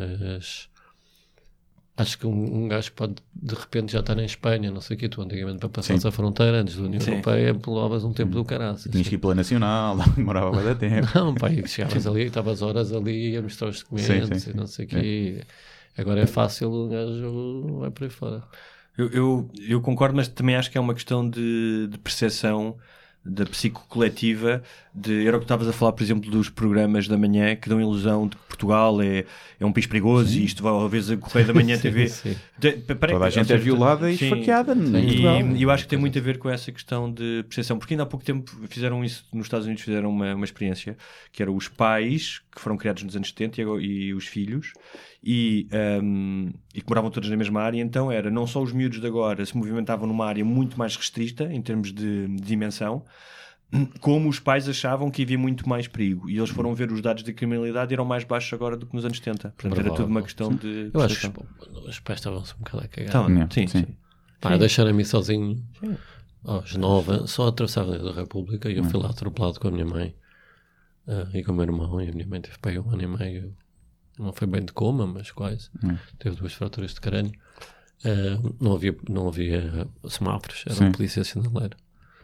acho que um gajo pode de repente já estar em Espanha, não sei o quê, tu antigamente para passar a fronteira antes da União Europeia levavas um tempo do caraças. Tinhas que ir pela Nacional, demorava bastante tempo. Não, pá, chegavas ali, estavas horas ali a mostrar os documentos e não sei o quê. Agora é fácil, o gajo vai por aí fora. Eu concordo, mas também acho que é uma questão de percepção da psicocoletiva. Era o que estavas a falar, por exemplo, dos programas da manhã que dão a ilusão de que Portugal é um país perigoso e isto vai às vezes a Correio da Manhã TV. Toda a gente é violada e esfaqueada em Portugal. E eu acho que tem muito a ver com essa questão de percepção, porque ainda há pouco tempo fizeram isso nos Estados Unidos, fizeram uma experiência que eram os pais que foram criados nos anos 70 e os filhos e que moravam todos na mesma área. Então era não só os miúdos de agora se movimentavam numa área muito mais restrita em termos de dimensão, como os pais achavam que havia muito mais perigo e eles foram ver os dados de criminalidade e eram mais baixos agora do que nos anos 70. Portanto, era tudo uma questão de... Eu acho que os pais estavam-se um bocado a cagar. Sim. Deixaram-me sozinho aos 9, só atravessar a Avenida da República e eu fui lá atropelado com a minha mãe e com o meu irmão, e a minha mãe teve para aí 1 ano e meio, não foi bem de coma, mas quase. Teve 2 fraturas de crânio. Não havia semáforos, era uma polícia sinaleira.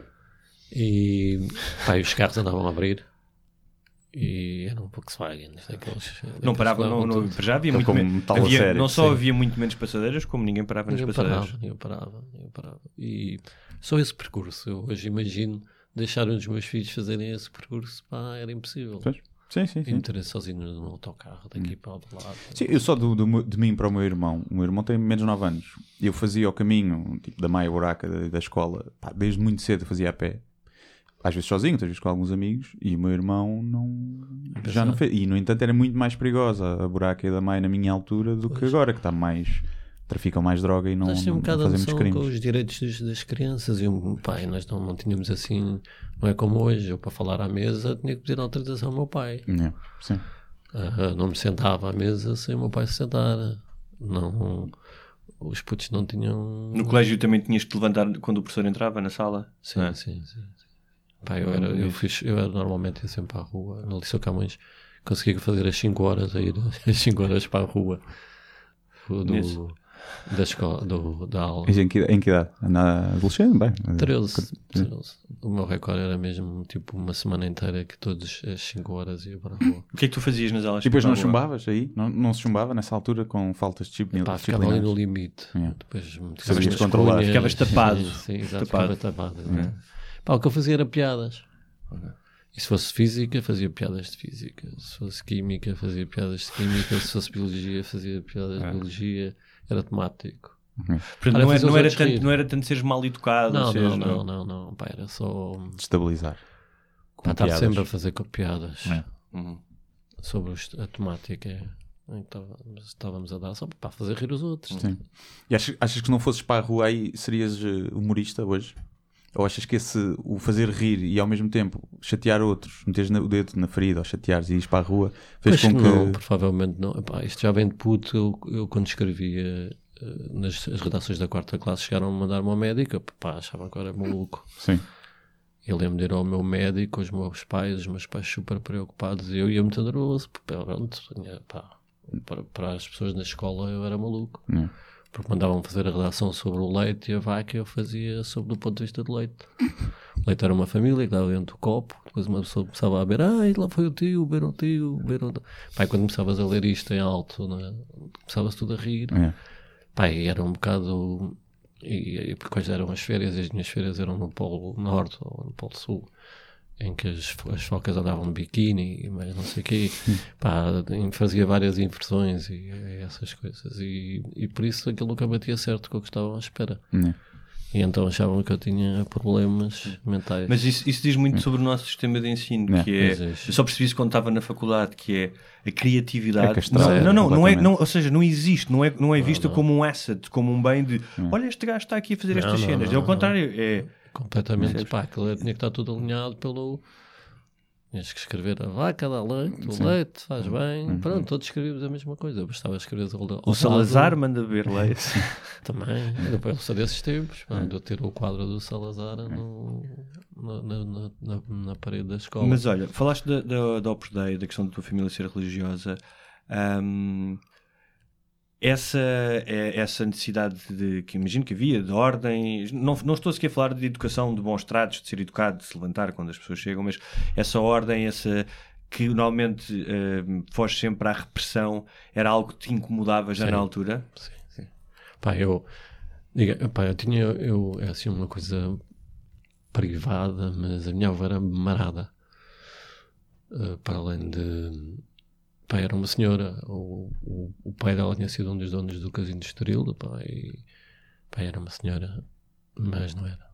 E os carros andavam a abrir e era um Volkswagen. Não paravam, já havia muito menos. Não só havia muito menos passadeiras, como ninguém parava nas passadeiras. Eu parava. E só esse percurso, eu hoje imagino deixar um dos meus filhos fazerem esse percurso, era impossível. Pois. Sim. E meterem sozinho no autocarro daqui para o outro lado. Sim, eu só de mim para o meu irmão. O meu irmão tem menos 9 anos. Eu fazia o caminho tipo, da Maia Buraca da escola, desde muito cedo eu fazia a pé. Às vezes sozinho, outras vezes com alguns amigos, e o meu irmão já não fez. E no entanto era muito mais perigosa a Buraca da Maia na minha altura do que agora, que está mais... traficam mais droga e não fazem muitos crimes. Com os direitos das crianças e nós não tínhamos assim, não é como hoje, eu para falar à mesa tinha que pedir autorização ao meu pai. Sim. Não me sentava à mesa sem o meu pai se sentar. Não, os putos não tinham... No colégio também tinhas que te levantar quando o professor entrava na sala? Sim. Eu era normalmente ia sempre para a rua, no Liceu Camões, conseguia fazer as 5 horas a ir às 5 horas para a rua da escola, da aula. Em que idade? Na adolescente? Bem, 13. O meu recorde era mesmo tipo uma semana inteira que todas as 5 horas ia para a rua. O que é que tu fazias nas aulas? E depois não chumbavas aí? Não se chumbava nessa altura com faltas de disciplina? Ficava ali no limite. Depois ficavas controlado. Ficavas tapado. Sim, exato, ficava tapado. O que eu fazia era piadas. E se fosse física, fazia piadas de física. Se fosse química, fazia piadas de química. Se fosse biologia, fazia piadas de biologia. Era temático. Portanto, não era tanto seres mal educado. Não. Era só... Destabilizar. Estava sempre a fazer com piadas. Sobre a temática em que estávamos a dar. Só para fazer rir os outros. Sim. E achas que se não fosses para a rua aí, serias humorista hoje? Ou achas que o fazer rir e ao mesmo tempo chatear outros, meteres o dedo na ferida ou chateares e ires para a rua, fez com que... Não, provavelmente não. Isto já vem de puto. Eu quando escrevia nas redações da 4ª classe, chegaram a mandar-me ao médico. Achavam que eu era maluco. Sim. Eu lembro de ir ao meu médico, os meus pais super preocupados. Eu ia muito nervoso. Para as pessoas na escola eu era maluco. Porque mandavam fazer a redação sobre o leite e a vaca, eu fazia sobre do ponto de vista do leite. O leite era uma família que estava dentro do copo, depois uma pessoa começava a beber, lá foi o tio, beberam o tio. Quando começavas a ler isto em alto, começava-se tudo a rir. Era um bocado... E porque eram as férias, as minhas férias eram no Polo Norte ou no Polo Sul, em que as focas andavam de biquíni, mas não sei o quê. Fazia várias inversões e essas coisas. E por isso aquilo nunca batia certo com o que estavam à espera. E então achavam que eu tinha problemas mentais. Mas isso diz muito sobre o nosso sistema de ensino, que é... Eu só percebi isso quando estava na faculdade, que é a criatividade. Ou seja, não existe, não é vista como um asset, como um bem de olha, este gajo está aqui a fazer estas cenas. Ao contrário, é... Completamente, aquilo tinha que estar tudo alinhado Tinhas que escrever a vaca dá leite, o leite faz bem. Pronto, todos escrevíamos a mesma coisa. Bastava escrever o Salazar manda beber leite. Também. Depois só desses tempos. Eu ter o quadro do Salazar na parede da escola. Mas olha, falaste da Opus Dei, da questão da tua família ser religiosa. Essa necessidade que imagino que havia de ordem, não estou sequer a falar de educação, de bons tratos, de ser educado, de se levantar quando as pessoas chegam, mas essa ordem, que normalmente foge sempre à repressão, era algo que te incomodava já na altura? Sim. Eu tinha é assim uma coisa privada, mas a minha avó era marada, para além de... era uma senhora, o pai dela tinha sido um dos donos do Casino de Estoril, era uma senhora, mas não era.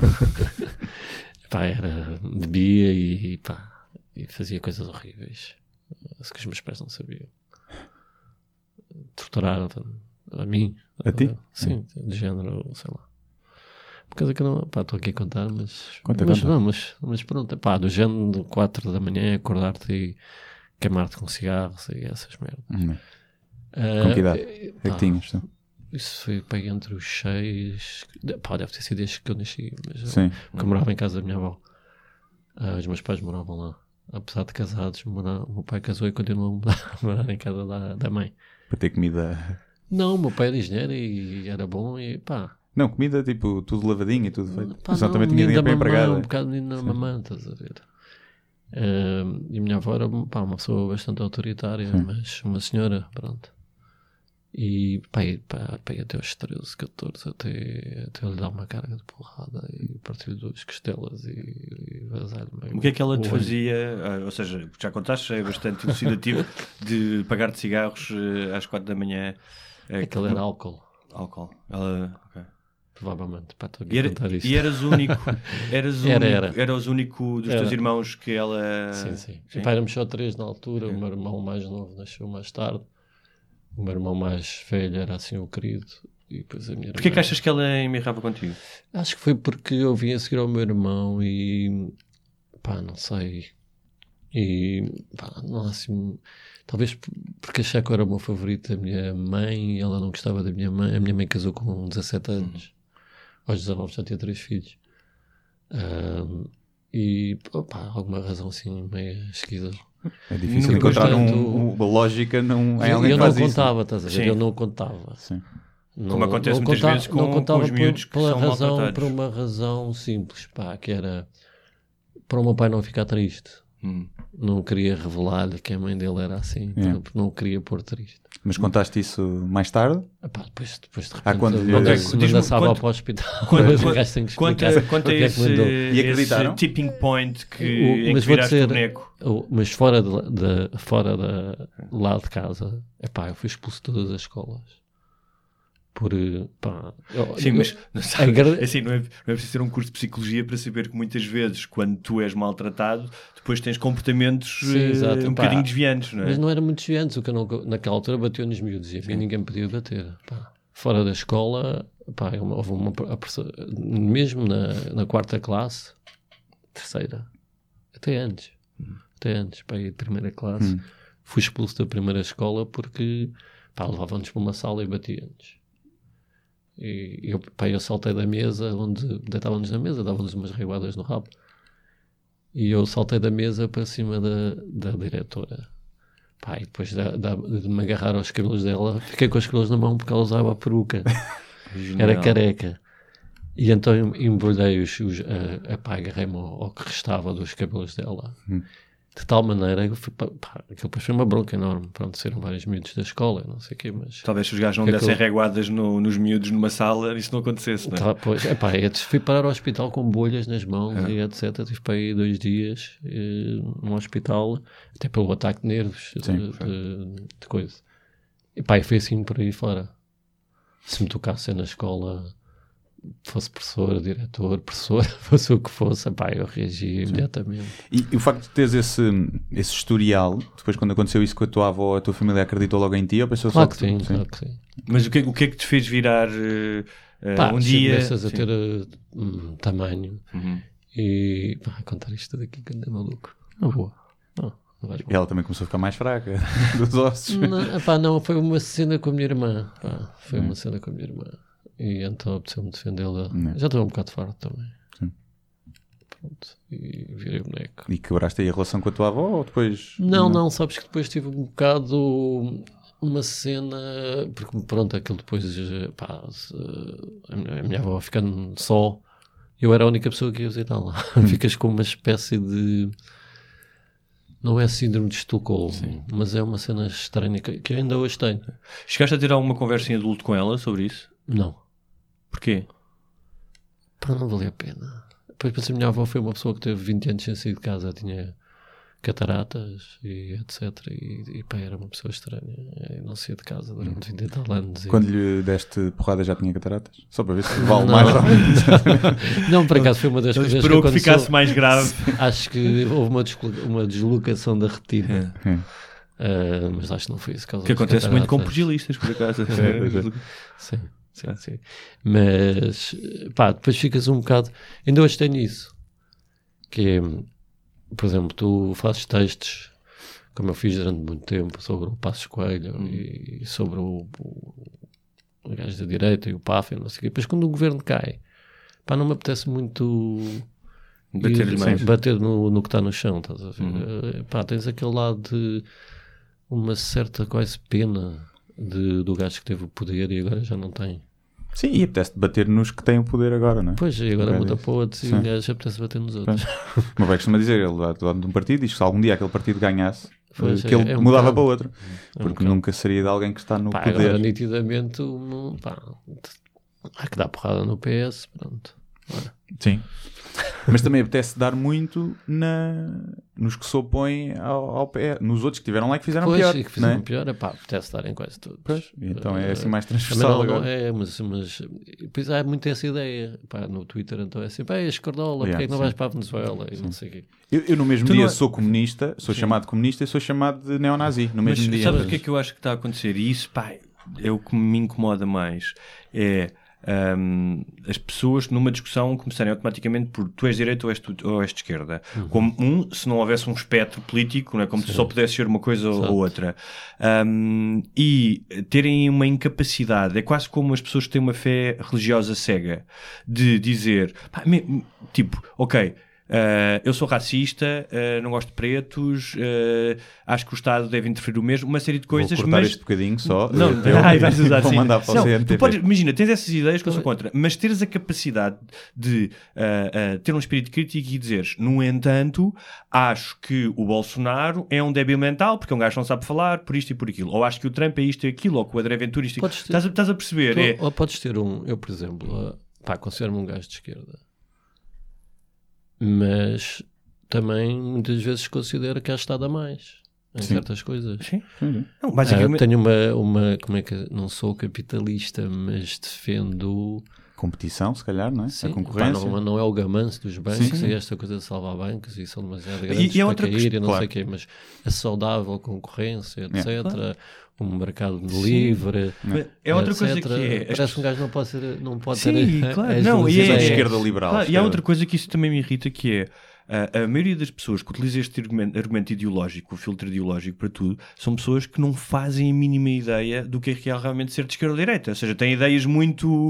Era, bebia e fazia coisas horríveis, que os meus pais não sabiam. Torturaram a mim. A ti? Sim, de género, sei lá. Por causa que eu não, estou aqui a contar, mas... Conta. Mas pronto, do género de 4 da manhã acordar-te e queimar-te com cigarros e essas merdas. Com que idade é que tinhas? Isso foi entre os 6... deve ter sido desde que eu nasci, mas porque eu morava em casa da minha avó. Os meus pais moravam lá. Apesar de casados, o meu pai casou e continuou a morar em casa da mãe. Para ter comida... Não, o meu pai era engenheiro e era bom e Não, comida tipo tudo lavadinho e tudo feito. Mas também tinha dinheiro para empregada. Um bocado de menino na mamãe, estás a ver? E a minha avó era uma pessoa bastante autoritária, mas uma senhora, pronto. E até aos 13, 14, até eu lhe dar uma carga de porrada e partir 2 costelas e vazar-lhe. O que é que ela te fazia? Ou seja, já contaste, é bastante elucidativo, de pagar de cigarros às 4 da manhã. Aquele era álcool. Álcool. Ela... Okay. Provavelmente, estou aqui a contar isto. E eras o único eras o único dos teus irmãos que ela... Sim. Éramos só 3 na altura, o meu irmão mais novo nasceu mais tarde, o meu irmão mais velho era assim o querido, e depois a minha irmã... Porquê que achas que ela embirrava contigo? Acho que foi porque eu vim a seguir ao meu irmão e... não sei... E... não assim... Talvez porque achava que eu era o meu favorito da minha mãe e ela não gostava da minha mãe. A minha mãe casou com 17 anos. Aos 19 já tinha 3 filhos. Alguma razão assim meio esquisita. É difícil encontrar uma lógica em alguém que faz isso. Eu não contava, estás a ver? Eu não contava. Sim. Como acontece muitas vezes com os miúdos que são maltratados. Por uma razão simples, que era para o meu pai não ficar triste. Não queria revelar-lhe que a mãe dele era assim, não queria pôr triste. Mas contaste isso mais tarde? Depois de repente manda-se para o hospital. Quanto a esse tipping point em que viraste o boneco? Mas fora lá de casa, eu fui expulso de todas as escolas. Sim, mas assim, não é preciso ter um curso de psicologia para saber que muitas vezes, quando tu és maltratado, depois tens comportamentos um bocadinho desviantes, não é? Mas não era muito desviantes, o que eu naquela altura bateu nos miúdos e ninguém me podia bater. Fora da escola, houve mesmo na 4ª classe, 3ª, até antes, de primeira classe, fui expulso da primeira escola porque levavam-nos para uma sala e batiam-nos. E eu saltei da mesa, onde deitávamos na mesa, dávamos umas reguadas no rabo. E eu saltei da mesa para cima da diretora. E depois de me agarrar aos cabelos dela, fiquei com os cabelos na mão porque ela usava a peruca. Era careca. E então embrulhei agarrei-me ao que restava dos cabelos dela. De tal maneira que aquilo depois foi uma bronca enorme. Pronto, saíram vários miúdos da escola, não sei o quê, mas... Talvez se os gajos não dessem reguadas nos miúdos numa sala, isso não acontecesse, não é? Eu fui parar ao hospital com bolhas nas mãos e etc. Tive para aí 2 dias no hospital, até pelo ataque de nervos, de coisa. E foi assim por aí fora. Se me tocassem na escola... fosse professor, diretor, fosse o que fosse, eu reagia imediatamente. E o facto de teres esse historial, depois quando aconteceu isso com a tua avó, a tua família acreditou logo em ti? Ou pensou claro que sim. Mas o que é que te fez virar um dia? Começas a ter tamanho e contar isto daqui que anda maluco. Na boa. Não vais E ela também começou a ficar mais fraca dos ossos. Não, foi uma cena com a minha irmã. Foi uma cena com a minha irmã. E então apeteceu-me defendê-la. Já estou um bocado farto também. Sim. Pronto. E virei boneco. E quebraste aí a relação com a tua avó ou depois? Não, sabes que depois tive um bocado uma cena, porque pronto, aquilo depois, a minha avó ficando só, eu era a única pessoa que ia visitá-la. Ficas com uma espécie de, não é síndrome de Estocolmo, mas é uma cena estranha que eu ainda hoje tenho. Chegaste a ter alguma conversa em adulto com ela sobre isso? Não. Porquê? Não valia a pena. Depois a minha avó foi uma pessoa que teve 20 anos sem sair de casa, tinha cataratas e etc. E era uma pessoa estranha. E não saía de casa durante 20 e tal anos. Quando lhe deste porrada já tinha cataratas? Só para ver se vale mais rápido. Não, por acaso foi uma das coisas que esperou que ficasse mais grave. Acho que houve uma deslocação da retina. Mas acho que não foi isso. Que acontece muito com pugilistas, por acaso. Sim. Mas depois ficas um bocado. Ainda hoje tenho isso. Que é, por exemplo, tu fazes textos, como eu fiz durante muito tempo, sobre o Passos Coelho e sobre o gajo da direita e o PAF e não sei o quê. Depois quando o governo cai, não me apetece muito bater no que está no chão, estás a ver? Tens aquele lado de uma certa quase pena do gajo que teve o poder e agora já não tem. Sim, e apetece bater nos que têm o poder agora, não é? Pois, e agora muda para outros e o gajo apetece bater nos outros. O meu pai costuma dizer, ele lá do lado de um partido, diz que se algum dia aquele partido ganhasse, que ele mudava para outro. Porque nunca seria de alguém que está no poder. Agora, nitidamente, há que dar porrada no PS, pronto. Sim. Mas também apetece dar muito nos que se opõem ao PS, nos outros que estiveram lá e que fizeram pior. E que fizeram pior, apetece dar em quase todos. Pois, então é assim mais transversal agora. Mas depois há muito essa ideia. No Twitter então é sempre, escordola, porque é que não vais para a Venezuela? E não sei o quê. Eu no mesmo dia sou comunista, sou chamado comunista e sou chamado de neonazi, no mesmo dia. Sabes o que é que eu acho que está a acontecer? E isso, é o que me incomoda mais. As pessoas numa discussão começarem automaticamente por tu és direita ou és de esquerda, como se não houvesse um espectro político, não é? Como se só pudesse ser uma coisa ou outra, e terem uma incapacidade, é quase como as pessoas que têm uma fé religiosa cega, de dizer tipo, ok, eu sou racista, não gosto de pretos, acho que o Estado deve interferir o mesmo, uma série de coisas. Vou cortar este bocadinho só. Vou mandar para o CNTP. Imagina, tens essas ideias que eu sou contra, mas teres a capacidade de ter um espírito crítico e dizeres, no entanto, acho que o Bolsonaro é um débil mental porque é um gajo que não sabe falar por isto e por aquilo, ou acho que o Trump é isto e aquilo, ou que o André Ventura isto e aquilo. Estás a perceber? Ou podes ter eu, por exemplo, considero-me um gajo de esquerda, mas também muitas vezes considero que há estado a mais em certas coisas. Sim. Não, basicamente... tenho uma como é que não sou capitalista, mas defendo competição, se calhar, não é? Sim. A concorrência. Não é o gamanço dos bancos e esta coisa de salvar bancos e são demasiado grandes para cair e não sei o quê, mas a saudável concorrência, etc. Um mercado livre, é outra etc. coisa que é. Parece que um gajo não pode Sim, ter. Claro. Não, e é esquerda liberal. Claro, e há outra coisa que isso também me irrita, que é a maioria das pessoas que utiliza este argumento ideológico, o filtro ideológico para tudo, são pessoas que não fazem a mínima ideia do que é realmente ser de esquerda ou direita. Ou seja, têm ideias muito...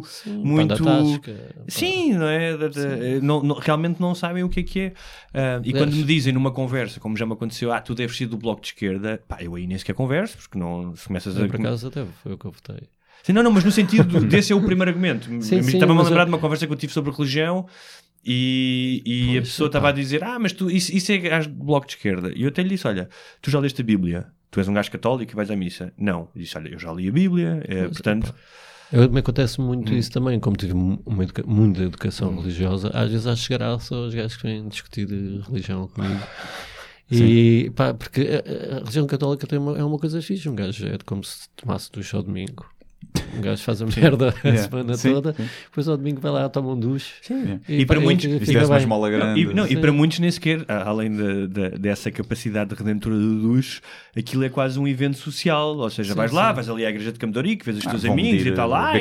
Sim, não é? Realmente não sabem o que é. E quando me dizem numa conversa, como já me aconteceu, tu deves ser do bloco de esquerda, eu aí nem sequer converso, porque não se começas a... Por acaso até foi o que eu votei. Sim, não, mas no sentido desse é o primeiro argumento. Estava-me a lembrar de uma conversa que eu tive sobre religião e a pessoa estava a dizer, mas isso é gajo do bloco de esquerda. E eu até lhe disse, olha, tu já leste a Bíblia? Tu és um gajo católico e vais à missa? Não. Eu disse, olha, eu já li a Bíblia, portanto... Me acontece muito isso também, como tive muita educação religiosa, às vezes acho que graça aos gajos que vêm discutir religião comigo. E porque a religião católica é uma coisa fixe, um gajo é como se tomasse ducha ao domingo. Um gajo faz a merda a semana toda, depois ao domingo vai lá, toma um duche. E para muitos fica uma esmola grande. E para muitos nem sequer, além dessa capacidade de redentora do duche, aquilo é quase um evento social. Ou seja, vais lá, vais ali à igreja de Campo de Ourique, vês os teus amigos e tal lá.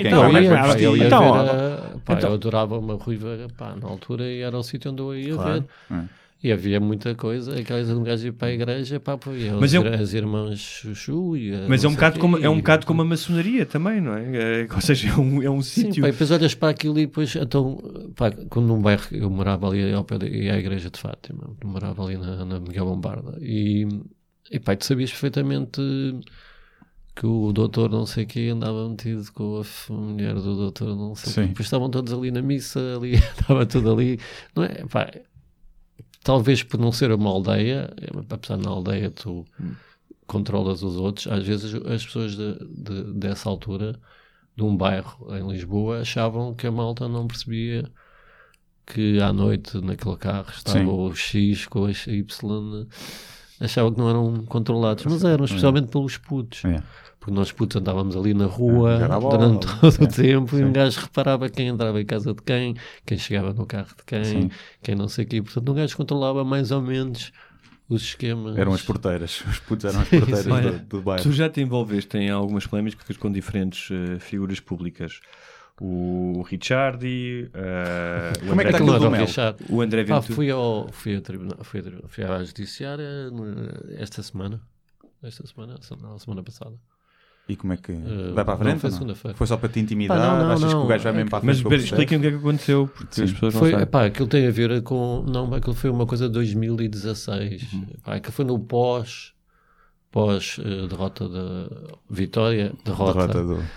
Eu adorava uma ruiva na altura e era o sítio onde eu ia ver. E havia muita coisa, aquelas um gajo ia para a igreja, pá, Mas as irmãs Chuchu e mas é um bocado como a maçonaria também, não é? Ou seja, é um Sim, sítio. pá, e depois olhas para aquilo e depois, então, pá, quando num bairro, eu morava ali ao pé e à igreja de Fátima, eu morava ali na Miguel Bombarda, e pá, tu sabias perfeitamente que o doutor não sei quê andava metido com a mulher do doutor não sei quê, depois estavam todos ali na missa, ali, estava tudo ali, não é? Pá, talvez por não ser uma aldeia, apesar de na aldeia tu controlas os outros, às vezes as pessoas dessa altura, de um bairro em Lisboa, achavam que a malta não percebia que à noite naquele carro estava o X com a Y, achavam que não eram controlados, mas eram, especialmente pelos putos. Porque nós putos andávamos ali na rua durante todo o tempo e um gajo reparava quem entrava em casa de quem chegava no carro de quem não sei o quê. Portanto, um gajo controlava mais ou menos os esquemas. Eram as porteiras, os putos eram as porteiras do bairro. Tu já te envolveste em algumas polémicas com diferentes figuras públicas. O Ricciardi, o Como é que está aquilo do Mel? O André Ventura. Fui à judiciária esta semana, na semana passada. E como é que vai para a frente? Não, foi segunda-feira. Foi só para te intimidar? Achas que o gajo vai mesmo para a frente? Mas expliquem o que é que aconteceu, porque as pessoas não sabem. Pá, aquilo tem a ver com... Não, aquilo foi uma coisa de 2016. Pá, aquilo foi no pós derrota da Vitória, derrota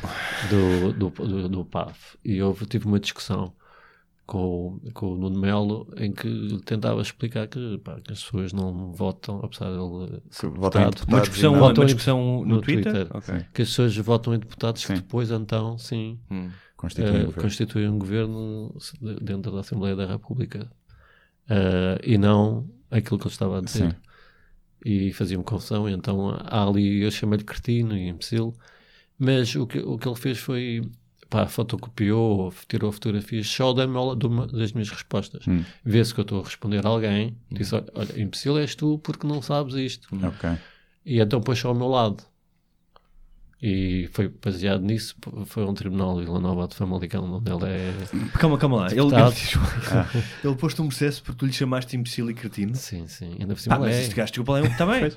do PAV. E eu tive uma discussão com o Nuno Melo em que tentava explicar que as pessoas não votam, apesar de ele ser deputado, uma discussão no Twitter? Okay. Que as pessoas votam em deputados que depois então constituem um governo dentro da Assembleia da República e não aquilo que ele estava a dizer. E fazia-me confusão, e então ali eu chamei-lhe cretino e imbecil, mas o que ele fez foi fotocopiou, tirou fotografias só das minhas respostas. Vê-se que eu estou a responder a alguém, disse, olha, imbecil és tu porque não sabes isto. E então pôs só ao meu lado. E foi baseado nisso, foi um tribunal de Vila Nova de Famalicão, onde ele é... Calma lá, ele pôs-te um processo porque tu lhe chamaste imbecil e cretino? Sim, ainda por cima mas este gajo, desculpa lá, está bem.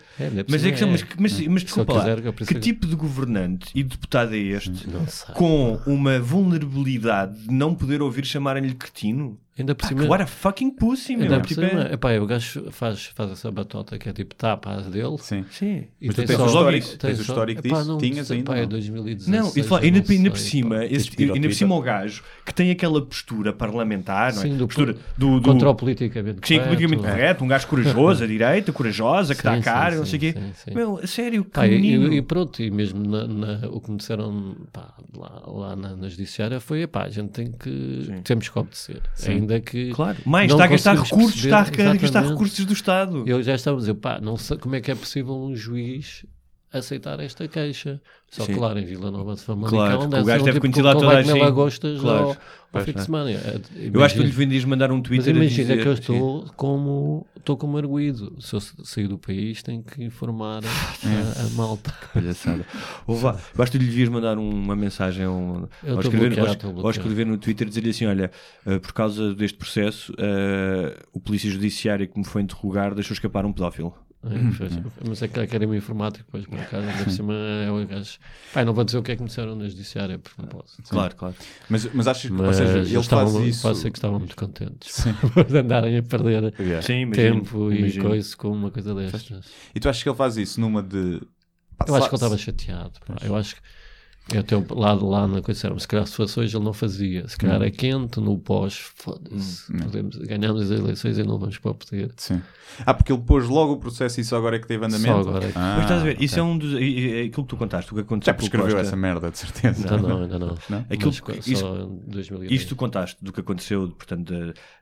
Mas desculpa lá, que tipo de governante e deputado é este com uma vulnerabilidade de não poder ouvir chamarem-lhe cretino? Ainda por cima, what a fucking pussy, meu. O gajo faz essa batota que é tipo tapa dele. Sim. E mas tens o histórico disso? Tinhas ainda? É 2016. Não, ainda por cima o gajo que tem aquela postura parlamentar, não é? Postura do contra o politicamente correto. Sim, politicamente correto. Um gajo corajoso, a direita, corajosa, que dá a cara, não sei o quê. Meu, a sério, que menino. E pronto, e mesmo o que me disseram lá na judiciária foi, a gente temos que obedecer. Ainda que... Claro, está a gastar recursos, está a gastar recursos do Estado. Eu já estava a dizer, não sei como é que é possível um juiz aceitar esta queixa. Só que, claro, em Vila Nova de Famalicão, o gajo deve conhecer lá toda a gente. Lagostas ao fim de semana. Eu acho que lhe vendias mandar um Twitter. Mas imagina que eu estou como arguido. Se eu sair do país, tenho que informar a malta. Que palhaçada. Eu acho que lhe devias mandar uma mensagem ou escrever no Twitter, dizer-lhe assim, olha, por causa deste processo, o polícia judiciária que me foi interrogar deixou escapar um pedófilo. Mas é que era meu informático, depois por acaso, ainda por cima é o gajo. Não vou dizer o que é que me disseram na judiciária, porque não posso. Claro. Mas achas que, ou seja, ele faz isso... Pode ser que estavam muito contentes por andarem a perder tempo e coisa com uma coisa destas. E tu achas que ele faz isso numa de... Eu acho que ele estava chateado. Eu acho que eu tenho lá na coisa, se calhar se fosse hoje ele não fazia, se calhar é quente no pós, foda-se, ganhamos as eleições e não vamos para o poder. Porque ele pôs logo o processo e só agora é que teve andamento. Só agora é que... Mas estás a ver, isso é um dos, aquilo que tu contaste, o que aconteceu. Já prescreveu essa merda, de certeza. Ainda não. Só em 2010. Isto tu contaste do que aconteceu, portanto,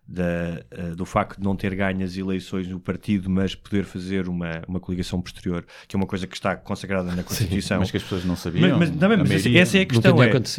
do facto de não ter ganho as eleições no partido, mas poder fazer uma coligação posterior, que é uma coisa que está consagrada na Constituição. Mas que as pessoas não sabiam. Mas essa é a questão.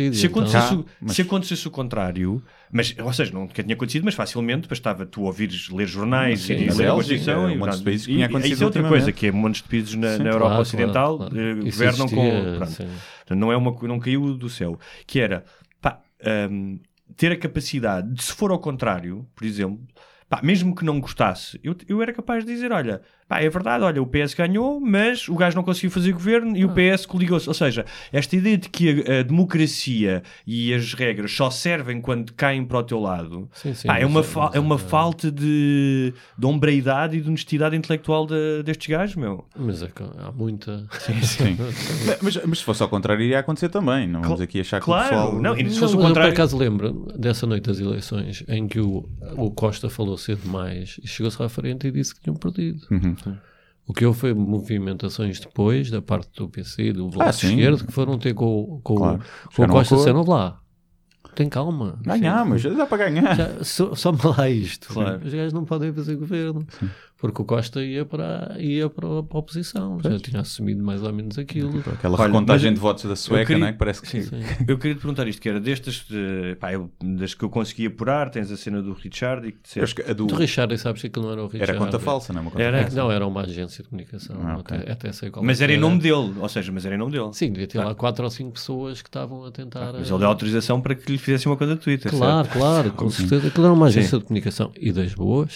Se acontecesse o contrário, ou seja, nunca tinha acontecido, mas facilmente bastava tu ouvires, ler jornais e ler a Constituição. E isso é outra coisa, que é montes de países na Europa Ocidental governam com... Não caiu do céu. Que era ter a capacidade de, se for ao contrário, por exemplo, pá, mesmo que não gostasse, eu era capaz de dizer, olha, pá, é verdade, olha, o PS ganhou, mas o gajo não conseguiu fazer governo e o PS coligou-se. Ou seja, esta ideia de que a democracia e as regras só servem quando caem para o teu lado, pá, é uma falta de hombreidade e de honestidade intelectual destes gajos, meu. Mas há muita... Sim. mas se fosse ao contrário, iria acontecer também. Não vamos aqui achar que o pessoal... Não, e se Não, fosse o mas eu contrário... por acaso lembro dessa noite das eleições em que o Costa falou cedo demais e chegou-se à frente e disse que tinham perdido. O que houve foi movimentações depois da parte do PC e do Bloco de Esquerda que foram ter com o Costa disseram lá. Tem calma. Ganhamos, já dá para ganhar. Só lá isto. Claro. Os gajos não podem fazer governo. Porque o Costa ia para a oposição. Já tinha assumido mais ou menos aquilo. Aquela recontagem de votos da Sueca, não é? Que parece que... Sim. Eu queria te perguntar isto, que era destas... das que eu consegui apurar, tens a cena do Richard e que disseste... Do Richard, sabes que aquilo não era o Richard. Era conta falsa, não é? Uma conta falsa. Não, era uma agência de comunicação. Até sei qual mas era em nome dele. Ou seja, mas era em nome dele. Sim, devia ter lá 4 ou 5 pessoas que estavam a tentar... Mas ele deu autorização para que lhe fizessem uma conta de Twitter. Claro, com certeza. Aquilo era uma agência de comunicação. E das boas...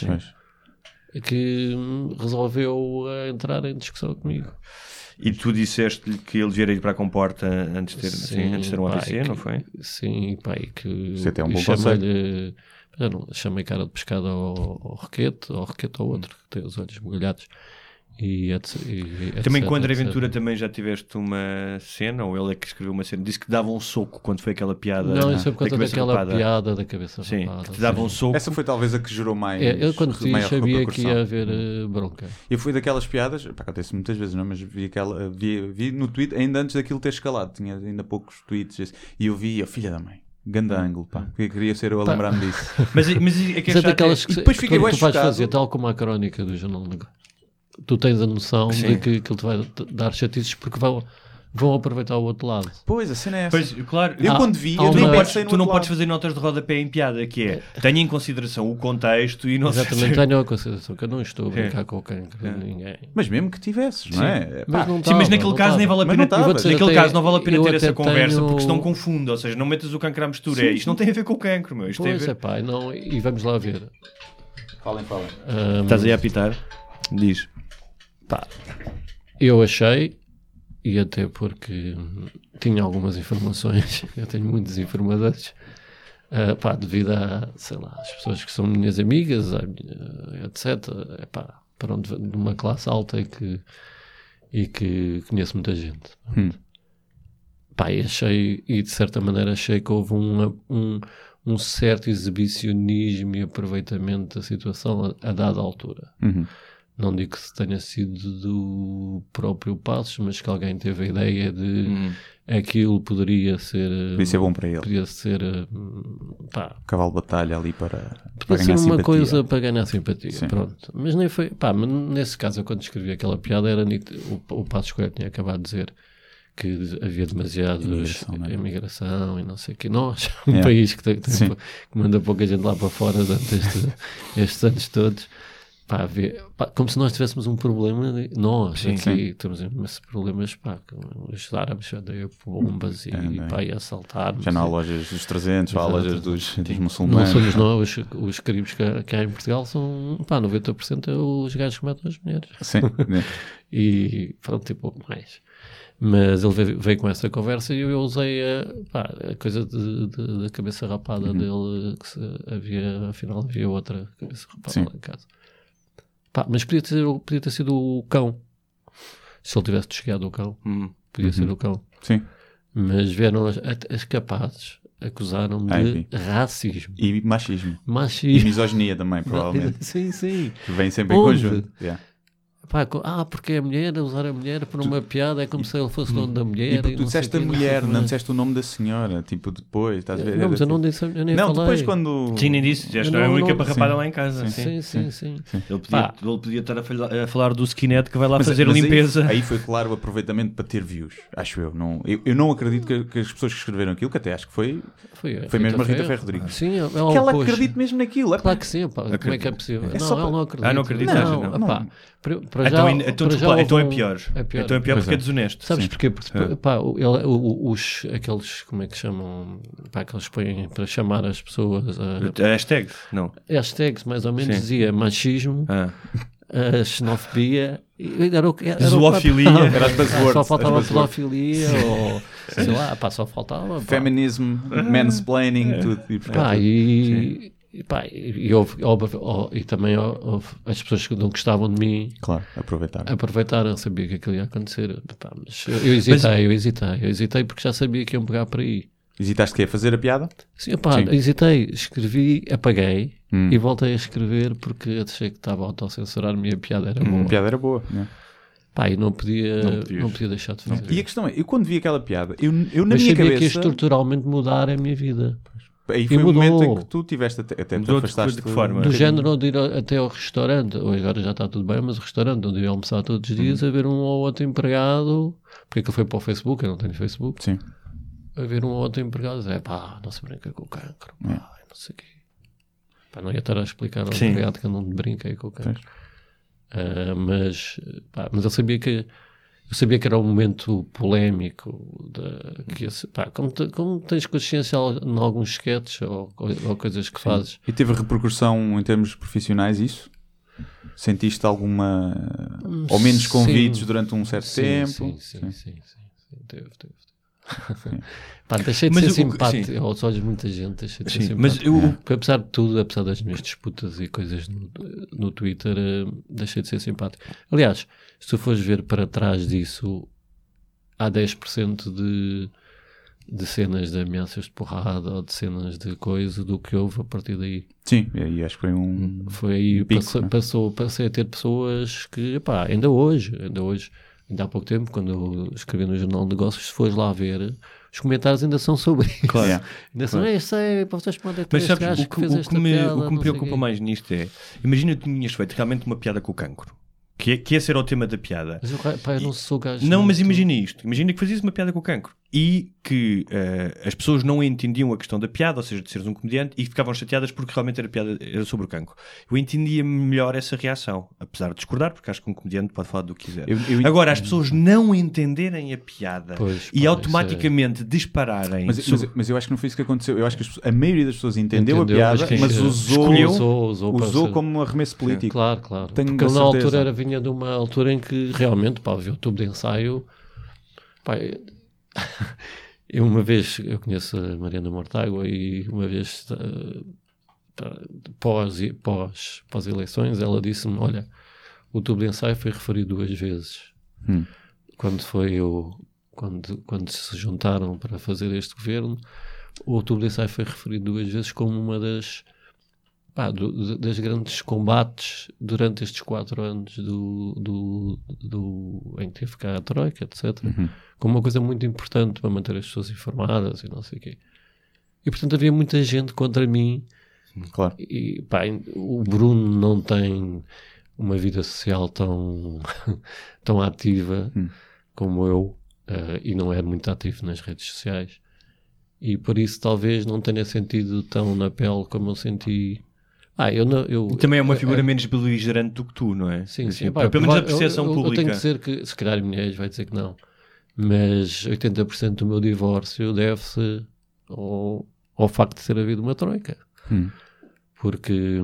que resolveu entrar em discussão comigo. E tu disseste-lhe que ele devia ir para a comporta antes de ter um AVC, não foi? Sim, pá, e que isso até é um bom conselho. Chamei cara de pescada ao Roquete ao outro, que tem os olhos bugalhados. Também com André Ventura também já tiveste uma cena, ou ele é que escreveu uma cena, disse que dava um soco quando foi aquela piada. Não, isso foi por causa daquela piada da cabeça rapada. Que te dava um soco. Essa foi talvez a que gerou mais. Eu quando fiz sabia que ia haver bronca. Eu fui daquelas piadas, acontece muitas vezes, não, mas vi no tweet, ainda antes daquilo ter escalado, tinha ainda poucos tweets, e eu vi a filha da mãe. Ganda ângulo, pá. Porque queria ser eu a lembrar-me disso. Mas é que daquelas que depois fiquei tu vais fazer, tal como a crónica do Jornal Negro. Tu tens a noção de que ele te vai dar chatices porque vão aproveitar o outro lado. Pois, a cena é essa. Pois, claro. Eu quando vi, tu não podes fazer notas de rodapé em piada, que é, tenha em consideração o contexto e não sei. Exatamente, tenho em consideração que eu não estou a brincar com o cancro de ninguém. Mas mesmo que tivesses, não é? Mas naquele caso nem vale a pena. Naquele caso não vale a pena ter essa conversa porque senão confunde, ou seja, não metas o cancro à mistura. Isto não tem a ver com o cancro, meu. Pois é, pá, e vamos lá ver. Falem. Estás aí a apitar? Diz. Pá, eu achei, e até porque tinha algumas informações, eu tenho muitos informadores, devido a, sei lá, as pessoas que são minhas amigas, etc. Pronto, de uma classe alta e que conheço muita gente. E achei, e de certa maneira achei que houve um certo exibicionismo e aproveitamento da situação a dada altura. Não digo que tenha sido do próprio Passos, mas que alguém teve a ideia de aquilo poderia ser bom para ele. Podia ser cavalo de batalha ali para ganhar simpatia. Uma coisa para ganhar simpatia. Pronto. Mas nem foi. Mas nesse caso, eu quando escrevi aquela piada, o Passos Coelho tinha acabado de dizer que havia demasiado imigração e não sei o quê. Nós, país que manda pouca gente lá para fora durante estes anos todos. Como se nós tivéssemos um problema, nós aqui temos esses problemas, os árabes andam por bombas e assaltar. Já não há lojas dos 300, há lojas dos muçulmanos. Não somos nós, os caribos que há em Portugal são 90% os gajos que matam as mulheres. Sim. E pronto, pouco mais. Mas ele veio com essa conversa e eu usei a coisa da cabeça rapada dele, que afinal havia outra cabeça rapada lá em casa. Mas podia ter sido o cão. Se ele tivesse desviado o cão, podia ser o cão. Sim. Mas vieram as capazes, acusaram-me de racismo. E machismo. E misoginia também, provavelmente. Sim. Que vem sempre em conjunto. Porque a mulher, usar a mulher por uma piada é como se ele fosse o nome da mulher. E porque tu disseste a mulher, não disseste o nome da senhora, tipo depois, estás a ver? Não, mas eu não disse, eu nem falei. Depois quando... Sim, nem disse, já não é a única parrapada lá em casa. Sim. Ele podia estar a falar do skinhead que vai lá fazer limpeza. Aí foi claro o aproveitamento para ter views, acho eu. Eu não acredito que as pessoas que escreveram aquilo, que até acho que foi mesmo a Rita Ferro Rodrigues. Sim, que ela acredite mesmo naquilo. Claro que sim, como é que é possível? Não, ela não acredita. Não acredita. para já, então é pior. Então é pior porque é desonesto. Sabes porquê? Porque aqueles, como é que chamam? Aqueles põem para chamar as pessoas hashtags? Não. Hashtags, mais ou menos, dizia machismo, xenofobia, zoofilia, era as buzzwords. Só faltava pedofilia, ou sei lá, só faltava. Feminism, mansplaining, tudo. E também as pessoas que não gostavam de mim, claro, aproveitaram, sabia que aquilo ia acontecer. Mas eu hesitei porque já sabia que iam pegar por aí. Hesitaste a fazer a piada? Sim. Hesitei, escrevi, apaguei e voltei a escrever porque achei que estava a autocensurar-me e a piada era boa. A piada era boa, né? E não podia deixar de fazer. E a questão é, eu quando vi aquela piada, eu na mas minha cabeça... que ia estruturalmente mudar a minha vida. Aí foi o momento em que tu tiveste até te afastaste de que forma? Do género de ir até ao restaurante, ou agora já está tudo bem, mas o restaurante onde eu ia almoçar todos os dias, a ver um ou outro empregado, porque aquilo foi para o Facebook, eu não tenho Facebook. Sim. A ver um ou outro empregado, não se brinca com o cancro, não sei o quê. Não ia estar a explicar ao empregado que eu não brinquei com o cancro. Mas eu sabia que era um momento polémico, como tens consciência em alguns sketches ou coisas que fazes. E teve repercussão em termos profissionais isso? Sentiste alguma... ou menos convites durante um certo tempo? Sim. Teve. Deixei de ser simpático aos olhos de muita gente, deixei de ser simpático. Porque apesar de tudo, apesar das minhas disputas e coisas no Twitter, deixei de ser simpático. Aliás, se tu fores ver para trás disso, há 10% de cenas de ameaças de porrada ou de cenas de coisa do que houve a partir daí. Sim, e acho que foi aí passei a ter pessoas que, ainda hoje, ainda há pouco tempo, quando eu escrevi no Jornal de Negócios, se fores lá ver, os comentários ainda são sobre isso. Claro. Ainda são, para vocês poderem ter mas sabes, o que me preocupa mais nisto é, imagina que tinhas feito realmente uma piada com o cancro, que esse era o tema da piada. Mas eu não sou gajo. Não, mas imagina isto. Imagina que fazias uma piada com o cancro e que as pessoas não entendiam a questão da piada, ou seja, de seres um comediante, e ficavam chateadas porque realmente a piada era sobre o cancro. Eu entendia melhor essa reação, apesar de discordar, porque acho que um comediante pode falar do que quiser. Agora, as pessoas não entenderem a piada e automaticamente dispararem... Mas eu acho que não foi isso que aconteceu. Eu acho que a maioria das pessoas entendeu a piada, mas usou como um arremesso político. Claro. Porque na altura vinha de uma altura em que realmente, havia o tubo de ensaio... Eu conheço a Mariana Mortágua e uma vez pós eleições ela disse-me, olha, o tubo de ensaio foi referido 2 vezes quando se juntaram para fazer este governo. O tubo de ensaio foi referido 2 vezes como uma das grandes combates durante estes 4 anos em que teve cá a Troika, etc. Como uma coisa muito importante para manter as pessoas informadas e não sei o quê. E portanto havia muita gente contra mim. Claro. E o Bruno não tem uma vida social tão ativa como eu, e não era muito ativo nas redes sociais. E por isso talvez não tenha sentido tão na pele como eu senti. Também é uma figura menos beligerante do que tu, não é? Sim. Pelo menos a percepção pública. Eu tenho que dizer que, se calhar a minha ex vai dizer que não, mas 80% do meu divórcio deve-se ao facto de ter havido uma troika. Porque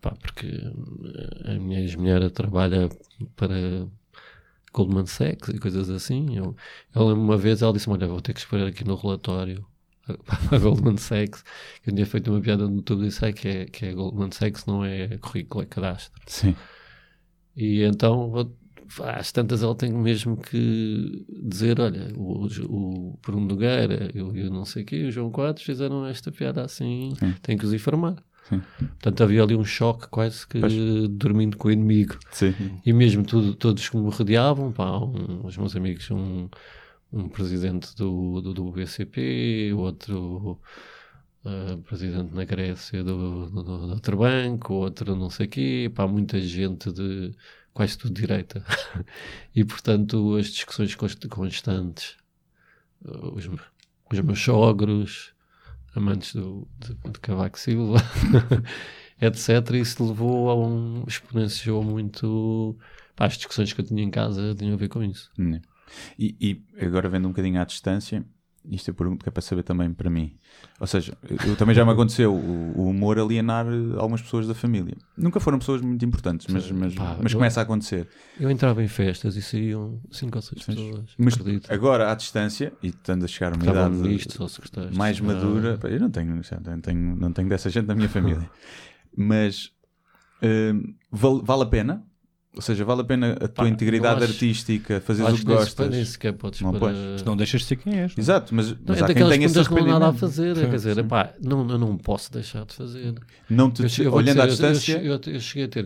a minha ex-mulher trabalha para Goldman Sachs e coisas assim. Uma vez ela disse-me, olha, vou ter que esperar aqui no relatório a Goldman Sachs, que eu tinha feito uma piada no YouTube disse que é Goldman Sachs, não é currículo, é cadastro. Sim. E então às tantas ela tem mesmo que dizer, olha, o Bruno Nogueira, eu não sei o quê, o João Quadros fizeram esta piada assim, tem que os informar. Sim. Portanto havia ali um choque quase que dormindo com o inimigo. Sim. E mesmo todos que me rodeavam, os meus amigos, um presidente do BCP, outro presidente na Grécia do outro banco, outro não sei o quê, muita gente de quase tudo de direita. E portanto as discussões constantes, os meus sogros, amantes de Cavaco Silva, etc. Isso levou exponenciou muito Pá, as discussões que eu tinha em casa tinham a ver com isso. E agora vendo um bocadinho à distância, isto eu pergunto que é para saber também para mim. Ou seja, eu também já me aconteceu o humor alienar algumas pessoas da família. Nunca foram pessoas muito importantes, mas começa a acontecer. Eu entrava em festas e saíam 5 ou 6 pessoas. Mas acredito. agora à distância, e estando a chegar a uma idade mais madura, eu não tenho dessa gente na minha família, mas vale a pena? Ou seja, vale a pena a tua integridade artística, fazeres o que gostas? Nem sequer podes não deixas de ser quem és. Exato, mas há quem tenha esse arrependimento. Não há nada a fazer, quer dizer, eu não posso deixar de fazer. Olhando à distância... Eu cheguei a ter...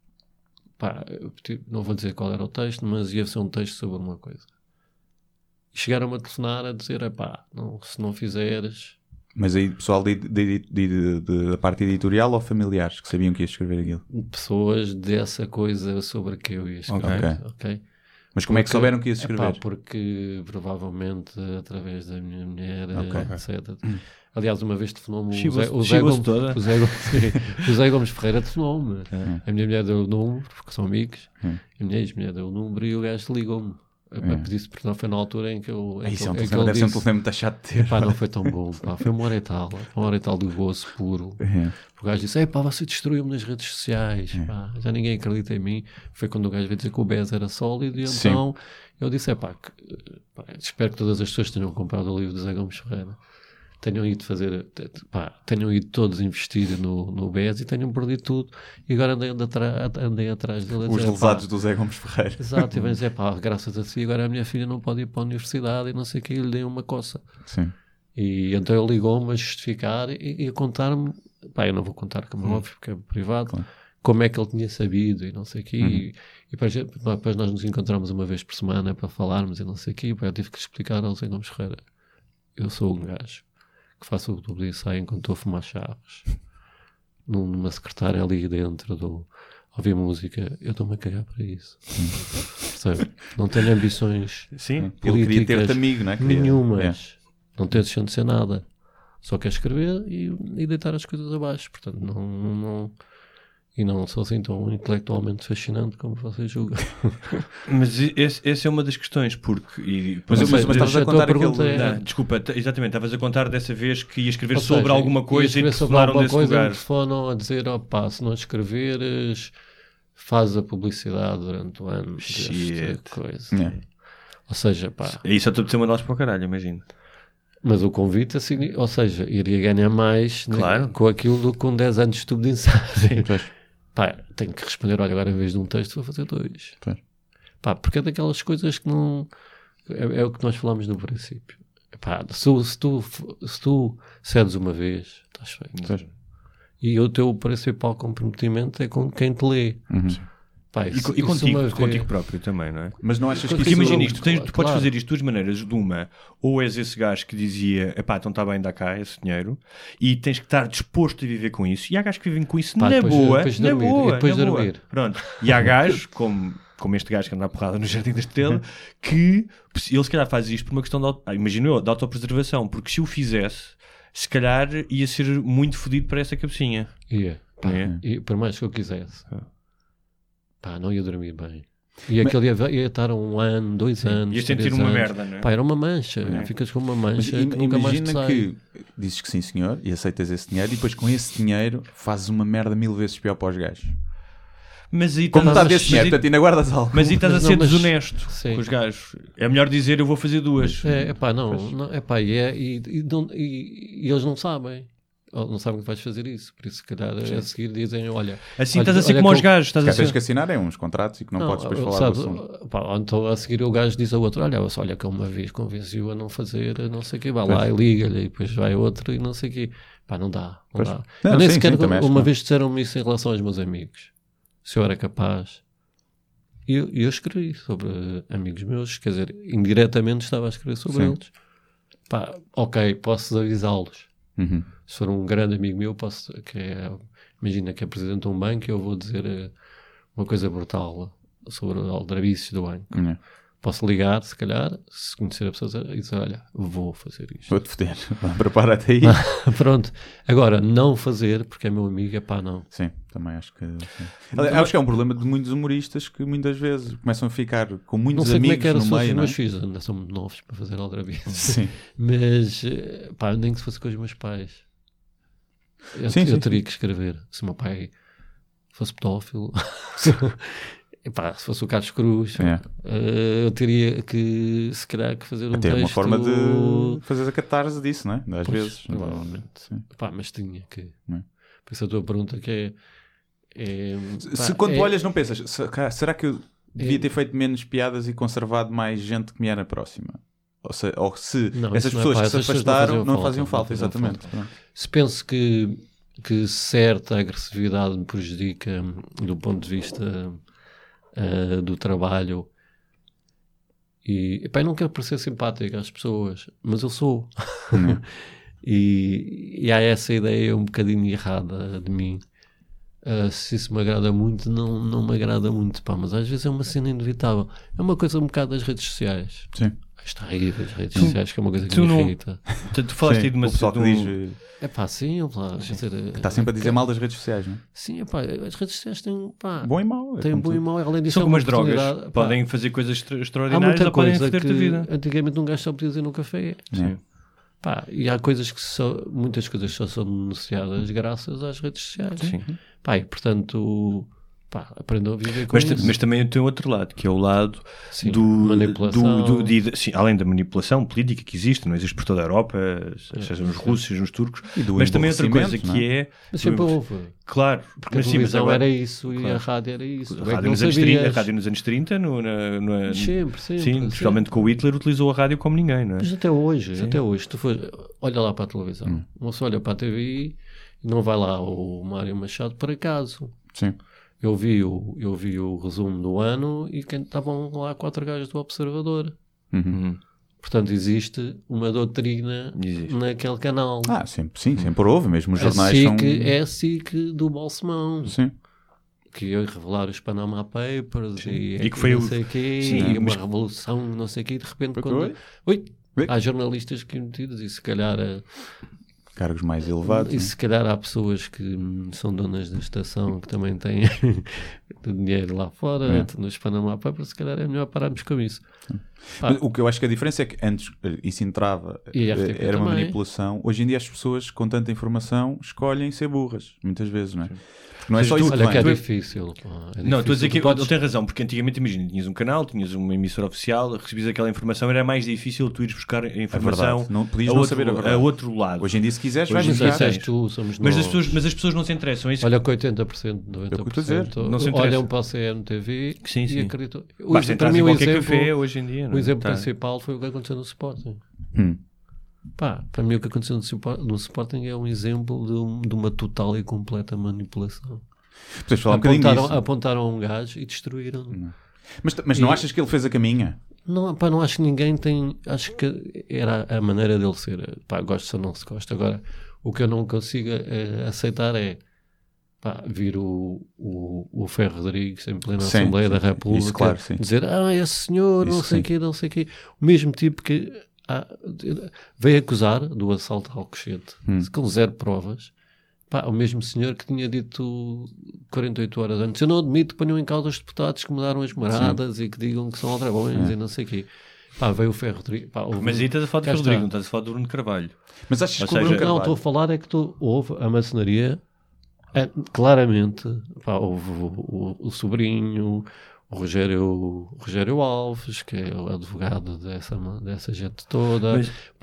não vou dizer qual era o texto, mas ia ser um texto sobre uma coisa. E chegaram-me a telefonar a dizer, se não fizeres... Mas aí pessoal da parte editorial ou familiares que sabiam que ias escrever aquilo? Pessoas dessa coisa sobre que eu ia escrever. Okay. Mas como é que souberam que ias escrever? Porque provavelmente através da minha mulher, etc. Aliás, uma vez telefonou-me o Zé Gomes Ferreira telefonou-me. A minha mulher deu o número, porque são amigos. A minha ex-mulher deu o número e o gajo ligou-me. Disse porque não foi na altura em que eu deve ser um telefone muito chato de ter. Não foi tão bom, foi uma hora e tal de gozo puro. O gajo disse, você destruiu-me nas redes sociais, já ninguém acredita em mim. Foi quando o gajo veio dizer que o BES era sólido, e então eu disse, espero que todas as pessoas tenham comprado o livro de Zé Gomes Ferreira, tenham ido todos investir no BES e tenham perdido tudo, e agora andei atrás dele. Os lesados do Zé Gomes Ferreira. Exato, e vem dizer, graças a si agora a minha filha não pode ir para a universidade e não sei o que, e lhe dei uma coça. Sim. E então ele ligou-me a justificar e a contar-me, eu não vou contar como é óbvio porque é privado, como é que ele tinha sabido e não sei o que, e depois nós nos encontramos uma vez por semana para falarmos e não sei o que, eu tive que explicar ao Zé Gomes Ferreira, eu sou um gajo que faço o tubo de ensaio enquanto estou a fumar chaves numa secretária ali dentro ouvir música, eu estou-me a cagar para isso. Percebe? Não tenho ambições políticas. Ele queria ter-te amigo, não é? Nenhumas. Não tenho deixado de ser nada. Só quero escrever e deitar as coisas abaixo. Portanto, não sou assim tão intelectualmente fascinante como vocês julgam. Mas essa é uma das questões, porque... Mas estavas a contar desculpa, exatamente, estavas a contar dessa vez que ia escrever sobre alguma coisa e te sobre alguma coisa me telefonam a dizer, se não escreveres, faz a publicidade durante o ano. Coisa. Ou seja, isso eu estou a dizer mandalas para o caralho, imagino. Mas o convite, assim, ou seja, iria ganhar mais com aquilo do que com 10 anos de tubo de ensaio. Tenho que responder, olha, agora em vez de um texto vou fazer 2. Porque é daquelas coisas que não... É o que nós falámos no princípio. Se tu cedes uma vez, estás feito. E o teu principal comprometimento é com quem te lê. E contigo próprio também, não é? Mas não achas que isso... Imagina isto, tu podes fazer isto de duas maneiras. De uma, ou és esse gajo que dizia, então está bem, dá cá esse dinheiro, e tens que estar disposto a viver com isso. E há gajos que vivem com isso na boa. Pronto. E há gajos, como este gajo que anda à porrada no Jardim da Estrela, que ele se calhar faz isto por uma questão de autopreservação, porque se o fizesse, se calhar ia ser muito fodido para essa cabecinha. E por mais que eu quisesse... não ia dormir bem. E aquele ia estar 1 ano, 2 anos. Ia sentir uma merda, não é? Era uma mancha. Ficas com uma mancha. Imagina que dizes que sim, senhor, e aceitas esse dinheiro, e depois com esse dinheiro fazes uma merda 1000 vezes pior para os gajos. Como está desse dinheiro, portanto, ainda guardas algo. Mas estás a ser desonesto com os gajos. É melhor dizer eu vou fazer 2. E eles não sabem. Não sabem que vais fazer isso, por isso se calhar a seguir dizem, olha... Assim estás a ser como aos gajos. Tens que assinar uns contratos e que não podes depois falar do assunto. Então a seguir o gajo diz ao outro, olha que uma vez convenceu a não fazer não sei o quê, vai lá e liga-lhe, e depois vai outro e não sei o quê. Não dá. Eu nem sequer, uma vez disseram-me isso em relação aos meus amigos, se eu era capaz. E eu escrevi sobre amigos meus, quer dizer, indiretamente estava a escrever sobre eles. Posso avisá-los. Se for um grande amigo meu, imagina que é presidente de um banco, eu vou dizer uma coisa brutal sobre aldrabices do banco. Posso ligar, se calhar, se conhecer a pessoa e dizer, olha, vou fazer isto. Vou-te foder. Prepara-te aí. Pronto. Agora, não fazer, porque é meu amigo, é pá, não. Sim, também acho que... Acho que é um problema de muitos humoristas que muitas vezes começam a ficar com muitos amigos no meio. Não sei como é que era no meio, os meus filhos, ainda são muito novos para fazer outra vez. Sim. Mas, pá, nem que se fosse com os meus pais. Eu teria que escrever. Se o meu pai fosse pedófilo... Epá, se fosse o Carlos Cruz, eu teria que, se calhar, que fazer um texto... Até uma forma de fazer a catarse disso, não é? Às vezes. Provavelmente. Epá, mas tinha que... Por isso a tua pergunta que se quando tu olhas não pensas, será que eu devia ter feito menos piadas e conservado mais gente que me era próxima? Ou se não, essas pessoas que se afastaram não faziam falta, exatamente. Se penso que certa agressividade me prejudica do ponto de vista... do trabalho e epá, eu não quero parecer simpático às pessoas, mas eu sou. e há essa ideia um bocadinho errada de mim. Se isso me agrada muito, não me agrada muito, pá, mas às vezes é uma cena inevitável. É uma coisa um bocado das redes sociais. Sim. Está aí das redes sociais, que é uma coisa que me irrita. Tu falaste aí de uma pessoa que diz... É pá, sim, está sempre a dizer mal das redes sociais, não é? Sim, epá, as redes sociais têm bom e mau. Têm bom e mau, além disso, são como as drogas, podem fazer coisas extraordinárias ou podem foder-te a vida. Antigamente um gajo só podia dizer no café. Sim. Pá, e há coisas que muitas coisas só são denunciadas graças às redes sociais. Sim. Pá, e portanto... Pá, aprendam a viver com isso. Mas também tem outro lado, que é o lado manipulação. Sim, além da manipulação política que existe, não existe por toda a Europa, seja nos russos, seja nos turcos, mas também outra coisa que é... Mas sempre houve. Claro. Porque a televisão era isso e a rádio era isso. A rádio nos anos 30, sempre. Sim, especialmente com o Hitler, utilizou a rádio como ninguém, não é? Mas até hoje, tu olha lá para a televisão. Uma pessoa olha para a TV e não vai lá o Mário Machado por acaso. Sim. Eu vi o resumo do ano e estavam lá 4 gajos do Observador. Portanto, existe uma doutrina naquele canal. Sempre houve, mesmo os jornais são... É a SIC do Balsemão. Sim. Que ia revelar os Panama Papers e que foi não sei o quê, e uma revolução, não sei o quê, e de repente há jornalistas que metidos e se calhar... cargos mais elevados. E se calhar há pessoas que são donas da estação que também têm dinheiro lá fora, nos Panama Papers, se calhar é melhor pararmos com isso. O que eu acho que a diferença é que antes isso entrava, era uma manipulação. Hoje em dia as pessoas com tanta informação escolhem ser burras, muitas vezes, não é? Não é só isso. Olha que é difícil. Não, estou a dizer que ele tem razão, porque antigamente, imagina, tinhas um canal, tinhas uma emissora oficial, recebias aquela informação, era mais difícil tu ires buscar a informação a outro lado. Hoje em dia, se quiseres, vais buscar. Mas as pessoas não se interessam. Olha que 80%, 90% olham para o CNTV e acreditam. Basta entrar em qualquer café hoje em dia. O exemplo principal foi o que aconteceu no Sporting. Pá, para mim o que aconteceu no Sporting é um exemplo de uma total e completa manipulação. Apontaram um gajo e destruíram. Mas não achas que ele fez a caminha? Não, pá, não acho que ninguém tem... Acho que era a maneira dele ser. Pá, gosta ou não se gosta. Agora, o que eu não consigo aceitar é vir o Ferro Rodrigues em plena Assembleia da República isso, claro, dizer, esse senhor, isso, não sei o quê. O mesmo tipo que veio acusar do assalto ao Alcochete com 0 provas. O mesmo senhor que tinha dito 48 horas antes, eu não admito que ponham em causa os deputados que mudaram as moradas e que digam que são aldrabões e não sei o quê. Veio o Ferro Rodrigues. Mas aí estás a falar de Ferro Rodrigues, não estás a falar do Bruno Carvalho. Mas achas que não, estou a falar é que houve a maçonaria, claramente, houve o sobrinho, o Rogério Alves, que é o advogado dessa gente toda,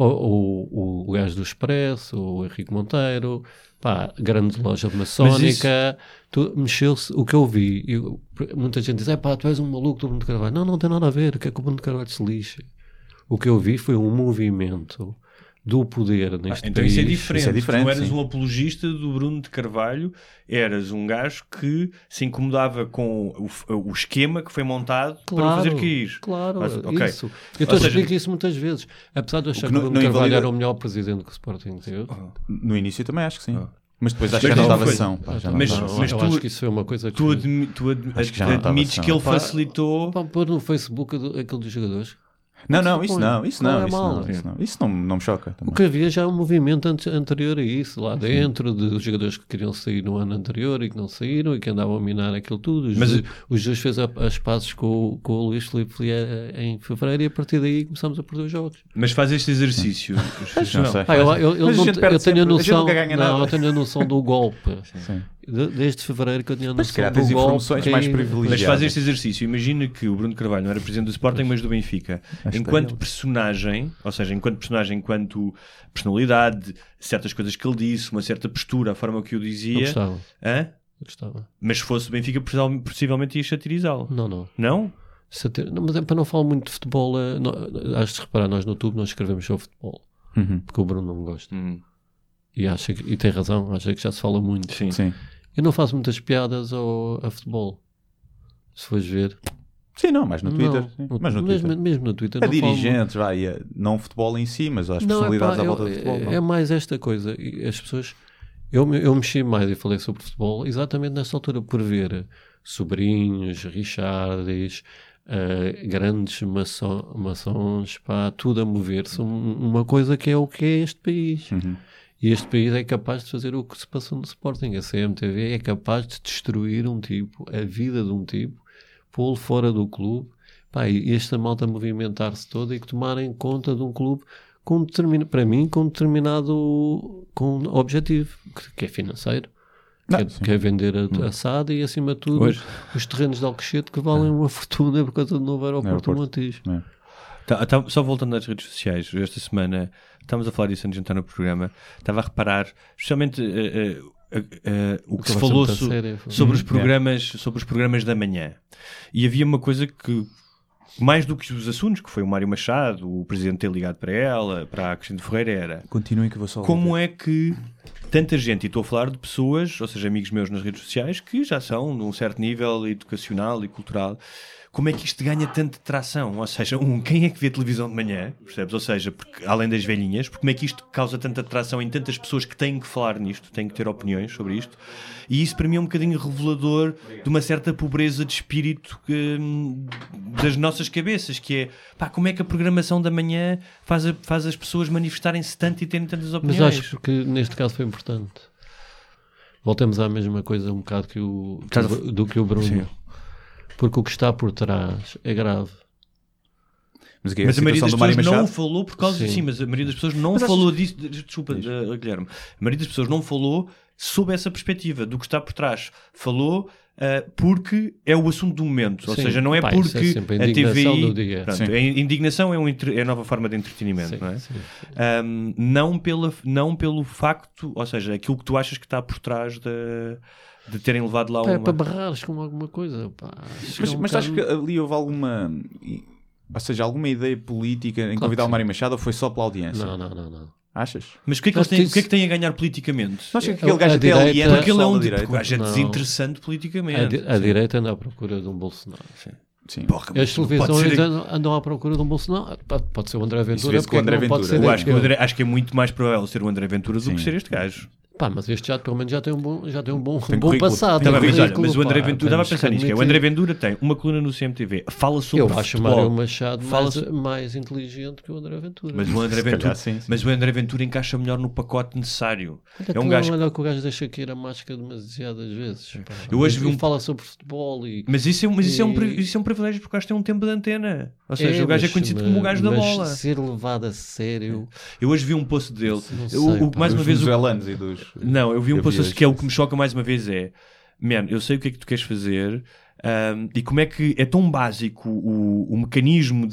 o gajo do Expresso, o Henrique Monteiro, grande loja maçónica, mexeu-se, o que eu vi, muita gente diz, tu és um maluco do Bruno de Carvalho. Não tem nada a ver, que é que o Bruno de Carvalho se lixe. O que eu vi foi um movimento do poder neste então país. Isso é diferente. Não eras um apologista do Bruno de Carvalho, eras um gajo que se incomodava com o esquema que foi montado para o fazer cair. Claro, isso. Eu explico isso muitas vezes. Apesar de eu achar que o Bruno de Carvalho era o melhor presidente que o Sporting teve. No início também acho que sim. Mas depois acho que já não dava ação. Eu acho que isso foi uma coisa que... Tu admites que ele facilitou... Pôr no Facebook aquilo dos jogadores... Isso não me choca. Também. O que havia já um movimento anterior a isso, lá dentro, de jogadores que queriam sair no ano anterior e que não saíram e que andavam a minar aquilo tudo. O Jesus fez as pazes com o Luís Filipe em fevereiro e a partir daí começamos a perder os jogos. Mas faz este exercício. Eu tenho a noção do golpe. Sim. Desde fevereiro que eu tinha a noção do golpe. Informações mais privilegiadas. Mas faz este exercício. Imagina que o Bruno Carvalho não era presidente do Sporting, mas do Benfica. Enquanto personagem, ou seja, enquanto personalidade, certas coisas que ele disse, uma certa postura, a forma que o dizia. Eu gostava. Mas se fosse o Benfica, possivelmente ia satirizá-lo. Não? Não, mas é para não falar muito de futebol. Has de reparar, nós no YouTube não escrevemos sobre futebol. Porque o Bruno não gosta. E tem razão, acha que já se fala muito. Sim. Eu não faço muitas piadas a futebol. Se fores ver. Sim, não, mas no Twitter. Mesmo no Twitter. A dirigentes, não o futebol em si, mas as personalidades à volta do futebol. É mais esta coisa. E as pessoas... Eu mexi mais e falei sobre futebol exatamente nesta altura, por ver sobrinhos, Richards, grandes maçons, tudo a mover-se. Uma coisa que é o que é este país. E este país é capaz de fazer o que se passou no Sporting. A CMTV é capaz de destruir um tipo, a vida de um tipo, pô-lo fora do clube, e esta malta movimentar-se toda e que tomarem conta de um clube com um determinado objetivo, que é financeiro. Que é vender a SAD e, acima de tudo, os terrenos de Alcochete que valem uma fortuna por causa do novo aeroporto do Montijo. Só voltando às redes sociais, esta semana estávamos a falar disso antes de entrar no programa, estava a reparar, especialmente o que se falou sobre os programas da manhã, e havia uma coisa que, mais do que os assuntos, que foi o Mário Machado, o presidente ter ligado para ela, para a Cristina Ferreira, era continuem que eu vou só como é que tanta gente, e estou a falar de pessoas, ou seja, amigos meus nas redes sociais, que já são de um certo nível educacional e cultural, como é que isto ganha tanta tração? Ou seja, quem é que vê televisão de manhã? Percebes? Ou seja, porque, além das velhinhas, como é que isto causa tanta tração em tantas pessoas que têm que falar nisto, têm que ter opiniões sobre isto? E isso para mim é um bocadinho revelador de uma certa pobreza de espírito das nossas cabeças, que é, como é que a programação da manhã faz as pessoas manifestarem-se tanto e terem tantas opiniões? Mas acho que neste caso foi importante. Voltamos à mesma coisa um bocado do que o Bruno. Sim. Porque o que está por trás é grave. Mas a maioria das pessoas não falou por causa disso. Sim, mas a maioria das pessoas não falou disso. Desculpa, Guilherme. A maioria das pessoas não falou sob essa perspectiva do que está por trás. Falou porque é o assunto do momento. Ou seja, não é porque é a TVI... do dia. Pronto, a indignação é a nova forma de entretenimento. Não é? Não pelo facto... Ou seja, aquilo que tu achas que está por trás de terem levado lá É para barrares com alguma coisa. Mas acho que ali houve alguma... Ou seja, alguma ideia política em convidar o Mário Machado, ou foi só pela audiência? Não. Achas? Mas o que é que tem a ganhar politicamente? Não acho que aquele gajo até aliena porque ele é o gajo desinteressante politicamente. A direita anda à procura de um Bolsonaro. Sim. Porra, as televisões andam à procura de um Bolsonaro. Pode ser o André Ventura. Acho que é muito mais provável ser o André Ventura do que ser este gajo. Mas este pelo menos já tem um bom passado. Mas o André Ventura, estava a pensar nisto, o André Ventura tem uma coluna no CMTV, fala sobre futebol. Eu acho o Mário Machado mais inteligente que o André Ventura. Mas o André Ventura encaixa melhor no pacote necessário. Olha que o gajo deixa cair a máscara demasiadas vezes. Eu hoje vi fala sobre futebol Mas isso é um privilégio, porque o gajo tem um tempo de antena. Ou seja, o gajo é conhecido como o gajo da bola. Ser levado a sério... Eu hoje vi um post dele. Mais uma vez e dos... Não, eu vi um post que é o que me choca mais uma vez eu sei o que é que tu queres fazer e como é que é tão básico o mecanismo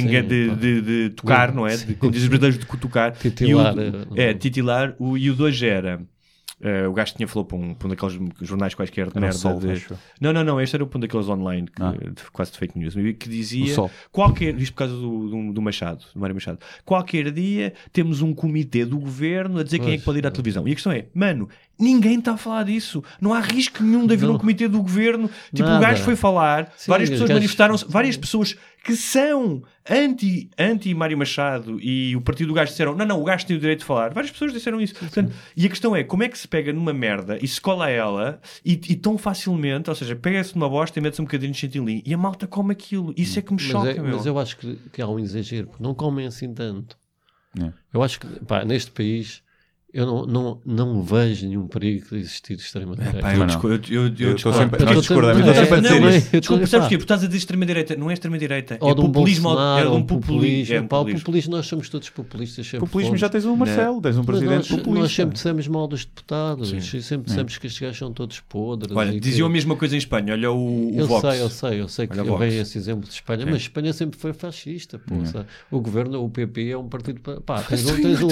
de tocar, não é? Como dizem os brasileiros, de tocar. Titilar. E o 2 era... o gajo tinha falado para um daqueles jornais quaisquer de merda. Não, este era um daqueles online, quase de fake news, que dizia isto por causa do Machado, do Mário Machado, qualquer dia temos um comitê do governo a dizer quem é que pode ir à televisão. E a questão é, Ninguém está a falar disso. Não há risco nenhum de haver um comitê do governo. Tipo, Nada. o gajo foi falar, Sim, várias pessoas manifestaram-se, Sim. várias pessoas que são anti Mário Machado e o partido do gajo disseram, não, o gajo tem o direito de falar. Várias pessoas disseram isso. Portanto, e a questão é, como é que se pega numa merda e se cola a ela e tão facilmente, ou seja, pega-se numa bosta e mete-se um bocadinho de chantilly e a malta come aquilo. Isso é que me choca, meu. Mas eu acho que há um exagero, porque não comem assim tanto. É. Eu acho que, pá, neste país eu não vejo nenhum perigo de existir extrema-direita. Eu estou sempre a discordar, mas estou sempre a dizer isto. Desculpa, sabes porquê? Porque estás a dizer extrema-direita. Não é extrema-direita. Ou É de um populismo. Bolsonaro, É de ou um populismo. Pá, o populismo, nós somos todos populistas. Populismo já tens um Marcelo, tens um presidente populista. Nós sempre dissemos mal dos deputados, e sempre dissemos que estes gajos são todos podres. Olha, diziam a mesma coisa em Espanha. Olha o Vox. Eu sei que eu vejo esse exemplo de Espanha, mas Espanha sempre foi fascista. O governo, o PP, é um partido... Pá, tens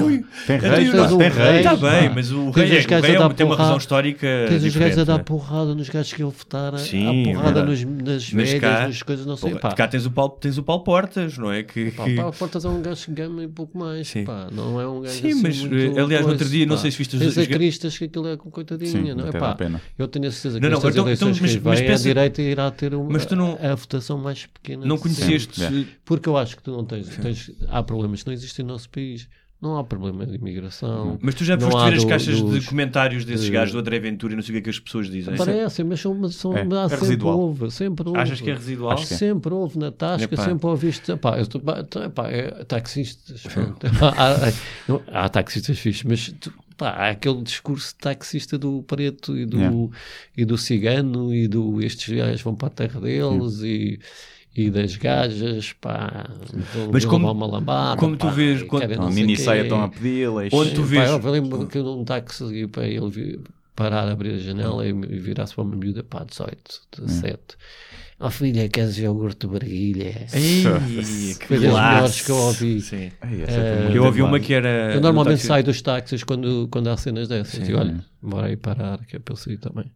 um rei. Está bem, mas o rei tem uma razão histórica. Tens os gajos a dar porrada nos gajos que iam votar, a porrada nas velhas, nas coisas, não sei. Cá tens o Paulo Portas, não é? Paulo Portas é um gajo que ganha um pouco mais. Pá, não é um gajo sim, mas aliás, no outro dia, não sei se viste os acristas que aquilo é com coitadinha, não é? Pá, eu tenho a certeza que estas eleições que vêm, a direita irá ter a votação mais pequena. Não conheceste? Porque eu acho que tu não tens. Há problemas que não existem no nosso país. Não há problema de imigração. Mas tu já foste ver as caixas de comentários desses gajos do André Ventura e não sei o que as pessoas dizem? Parecem, mas sempre houve. Achas que é residual? Sempre houve na Tasca, sempre ouviste. Taxistas. Há taxistas fixos, mas há aquele discurso taxista do preto e do cigano e estes gajos vão para a terra deles e das gajas, pá, mas como uma lambada, como tu vês, a mini saia estão a pedi-las. Onde tu vês, eu lembro que num táxi, para ele parar, abrir a janela e virar-se para uma miúda, pá, 18, 17. Oh filha, queres iogurte de barguilha? Foi das melhores que eu ouvi. Sim. Eu ouvi uma que era... Eu normalmente saio dos táxis quando há cenas dessas. E olha, bora aí parar, que é para eu sair também.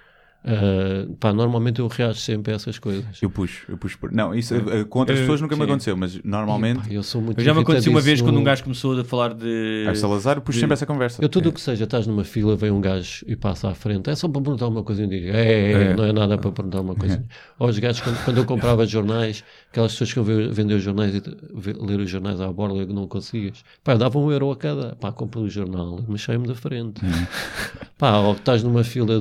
Normalmente eu reajo sempre a essas coisas. Eu puxo não, isso com outras pessoas nunca me aconteceu, mas normalmente eu sou muito já me aconteceu uma vez quando um gajo começou a falar de Salazar, eu puxo sempre essa conversa. Eu tudo o que seja, estás numa fila, vem um gajo e passa à frente, é só para perguntar uma coisa e digo, não é nada para perguntar uma coisa. Ou os gajos, quando eu comprava jornais, aquelas pessoas que eu vender os jornais e ler os jornais à borda e não conseguias, eu dava €1 a cada, compro o jornal, mas saio-me da frente. Ou estás numa fila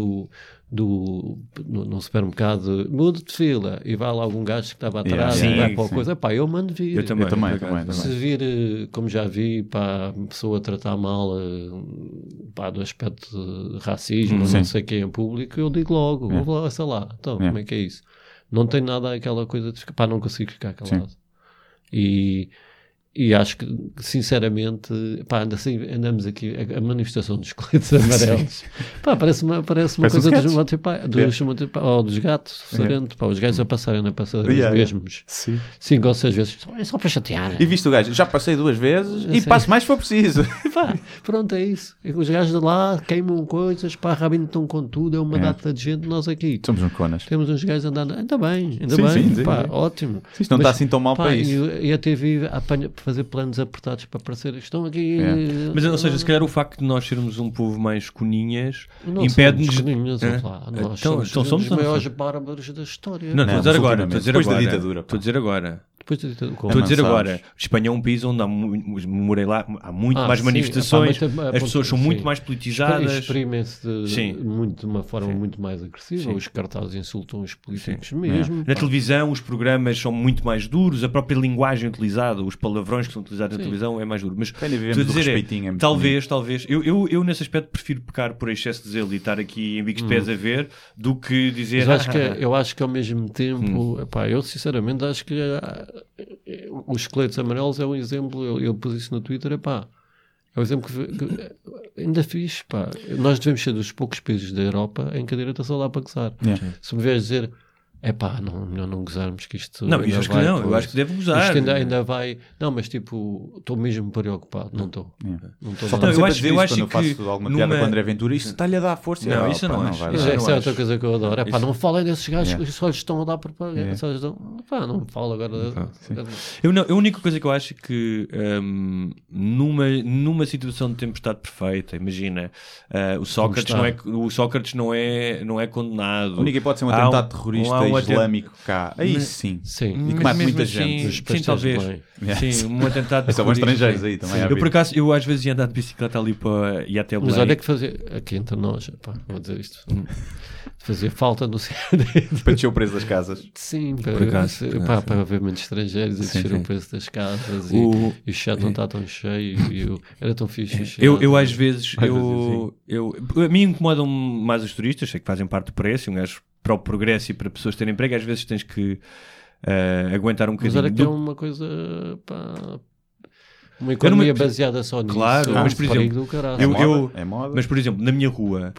no supermercado, muda de fila e vai lá algum gajo que estava atrás e vai para a coisa, eu mando vir. Eu também. Se vir, como já vi, a pessoa a tratar mal do aspecto de racismo, não sei quem em público, eu digo logo, vou lá, sei lá, então, como é que é isso? Não tem nada aquela coisa de ficar, não consigo ficar calado. E acho que, sinceramente, assim, andamos aqui, a manifestação dos coletes amarelos, parece uma coisa dos gatos, os gajos a passarem na passadeira mesmos 5 ou 6 vezes, é só para chatear. E viste o gajo, já passei 2 vezes e passo mais se for preciso. Pronto, é isso. Os gajos de lá queimam coisas, arrebentam com tudo, é uma data de gente, nós aqui. Somos uns conas. Temos uns gajos andando, ainda bem, ótimo. Isto não está assim tão mal para isso. E a TV apanha fazer planos apertados para aparecer, estão aqui. Mas, ou seja, se calhar o facto de nós sermos um povo mais coninhas impede-nos. Nós somos os maiores bárbaros da história. Não, estou a dizer agora. Depois da ditadura. Estou a dizer agora. Espanha é um país onde morei lá, há muito mais manifestações, as pessoas são muito mais politizadas. Exprimem-se de uma forma muito mais agressiva, os cartazes insultam os políticos mesmo. Na televisão os programas são muito mais duros, a própria linguagem utilizada, os palavrões que são utilizados na televisão é mais duro. Mas estou a dizer, talvez, eu nesse aspecto prefiro pecar por excesso de zelo e estar aqui em bicos de pés a ver, do que dizer... Eu acho que ao mesmo tempo, eu sinceramente acho que os coletes amarelos é um exemplo, eu pus isso no Twitter, é um exemplo que ainda fiz, nós devemos ser dos poucos países da Europa em que a direita só dá para gozar. Se me vês dizer, melhor não gozarmos que isto... Não, eu acho que não, eu acho que devo gozar. Isto ainda vai... Não, mas tipo, estou mesmo preocupado, não estou. Só não, eu acho quando eu faço alguma piada com o André Ventura, isso está-lhe a dar força. Não, isso não acho. Isso é outra coisa que eu adoro. Não falem desses gajos que só lhes estão a dar propaganda. Não me fala agora. A única coisa que eu acho é que numa situação de tempestade perfeita, imagina, o Sócrates não é condenado. A única hipótese é um atentado terrorista islâmico cá. Aí sim. E que mata muita gente. Sim, talvez. Sim, um atentado são estrangeiros aí também. Eu por acaso, eu às vezes ia andar de bicicleta ali e até o Belém. Mas olha que fazer, aqui entre nós, vou dizer isto, fazia falta no para descer o preço das casas. Sim, para haver menos estrangeiros e descer o preço das casas e o chat não está tão cheio era tão fixe. Eu às vezes, a mim incomodam mais os turistas, sei que fazem parte do preço, um gajo para o progresso e para pessoas terem emprego, às vezes tens que aguentar um bocadinho. Mas olha que é uma coisa, uma economia baseada só nisso. Claro, mas por exemplo, é moda. Mas por exemplo, na minha rua,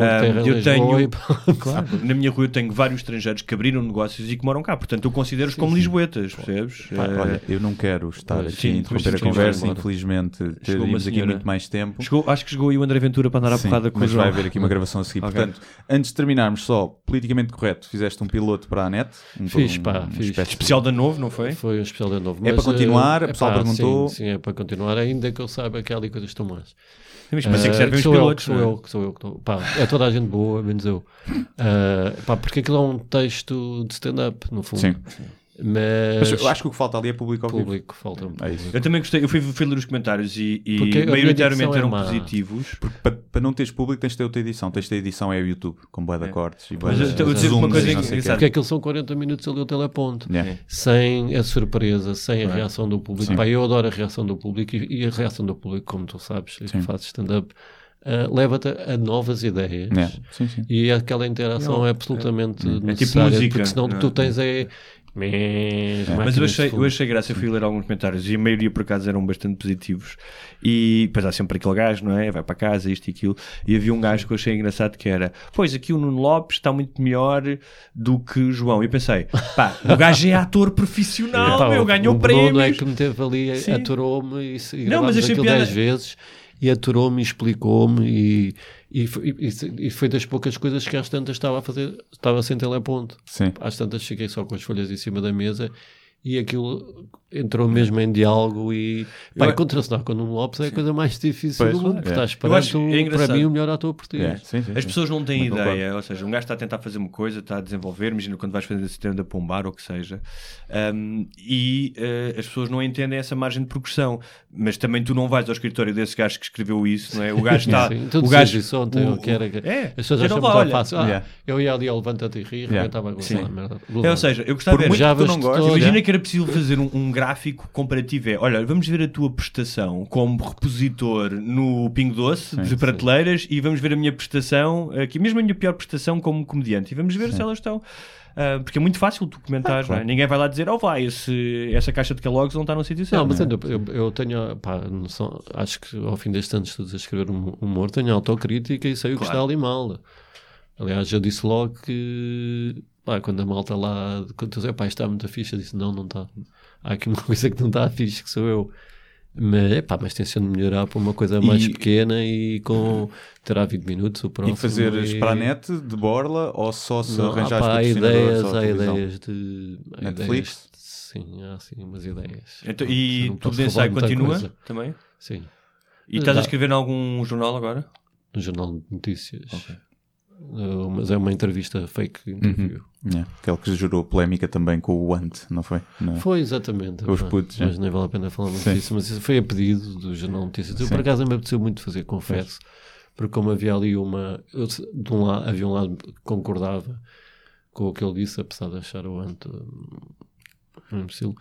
na minha rua eu tenho vários estrangeiros que abriram negócios e que moram cá, portanto eu considero-os como lisboetas, percebes? Olha, eu não quero estar aqui a interromper a conversa, infelizmente teríamos aqui muito mais tempo. Acho que chegou aí o André Ventura para andar à porrada com o João. Mas vai haver aqui uma gravação a seguir. Portanto, antes de terminarmos só, politicamente correto, fizeste um piloto para a net. Fiz. Especial da Novo, não foi? Foi um especial da Novo. É para continuar, a pessoa perguntou. Sim, é para continuar, ainda que eu saiba que há ali coisas tão más. Mas é que servem os pilotos. Sou eu que estou. É toda a gente boa, menos eu. Porque aquilo é um texto de stand-up, no fundo. Sim. Mas eu acho que o que falta ali é público ao vivo. Falta Eu também gostei, eu fui ler os comentários e maioritariamente eram positivos. Porque para não teres público tens de ter outra edição. Tens de ter edição é o YouTube, com bué de cortes e mas eu estou a dizer uma coisa porque aquilo são 40 minutos ali o teleponto, sem a surpresa, sem a reação do público. Eu adoro a reação do público e a reação do público, como tu sabes, que fazes stand-up, leva-te a novas ideias. E aquela interação é absolutamente necessária. Tipo música, porque senão o que tu tens mas eu achei graça, eu fui ler alguns comentários e a maioria por acaso eram bastante positivos e depois há sempre aquele gajo, não é? Vai para casa, isto e aquilo, e havia um gajo que eu achei engraçado que era, pois aqui o Nuno Lopes está muito melhor do que o João, e eu pensei, o gajo é ator profissional, ganhou prémios. O Bruno é que me teve ali, aturou-me e gravámos aquilo 10 vezes e aturou-me e explicou-me e foi das poucas coisas que às tantas estava sem teleponto. Às tantas cheguei só com as folhas em cima da mesa e aquilo entrou mesmo em diálogo e contracenar com o Nuno Lopes é a coisa mais difícil do mundo, porque estás esperando para mim o melhor ator português. As pessoas não têm ideia, ou seja, um gajo está a tentar fazer uma coisa, está a desenvolver, imagina quando vais fazer esse tema da Pombar ou o que seja, as pessoas não entendem essa margem de progressão, mas também tu não vais ao escritório desse gajo que escreveu isso, não é? O gajo está... o gajo isso ontem, as pessoas acham muito fácil. Eu ia ali ao Levanta-te e rir, estava a gostar da merda. Ou seja, eu gostava de ver, imagina que era possível fazer um gráfico comparativo, olha, vamos ver a tua prestação como repositor no Pingo Doce de prateleiras e vamos ver a minha prestação aqui, mesmo a minha pior prestação como comediante, e vamos ver se elas estão porque é muito fácil tu comentares, não é? Ninguém vai lá dizer, essa caixa de Kellogg's não está no sítio certo. Não, mas eu tenho, acho que ao fim destes anos todos a escrever humor, tenho autocrítica e sei o que está ali mal. Aliás, eu disse logo que quando a malta lá, quando tu dizes, isto está muito fixe, eu disse, não está. Há aqui uma coisa que não está fixe, que sou eu. Mas tem sido melhorar para uma coisa mais pequena e terá 20 minutos o próximo. E fazeres para a net de borla ou só se arranjares há ideias de Netflix? Sim, há assim umas ideias. Então, e Tudo de Ensaio continua também? Sim. E estás a escrever em algum jornal agora? No jornal de notícias. Mas é uma entrevista fake interview. Aquele que gerou polémica também com o Want, não foi? Foi exatamente. Os putos, mas nem vale a pena falar muito disso. Mas isso foi a pedido do jornal de notícias. Eu por acaso me apeteceu muito fazer, confesso, porque como havia ali havia um lado que concordava com o que ele disse, apesar de achar o Want um imbecil.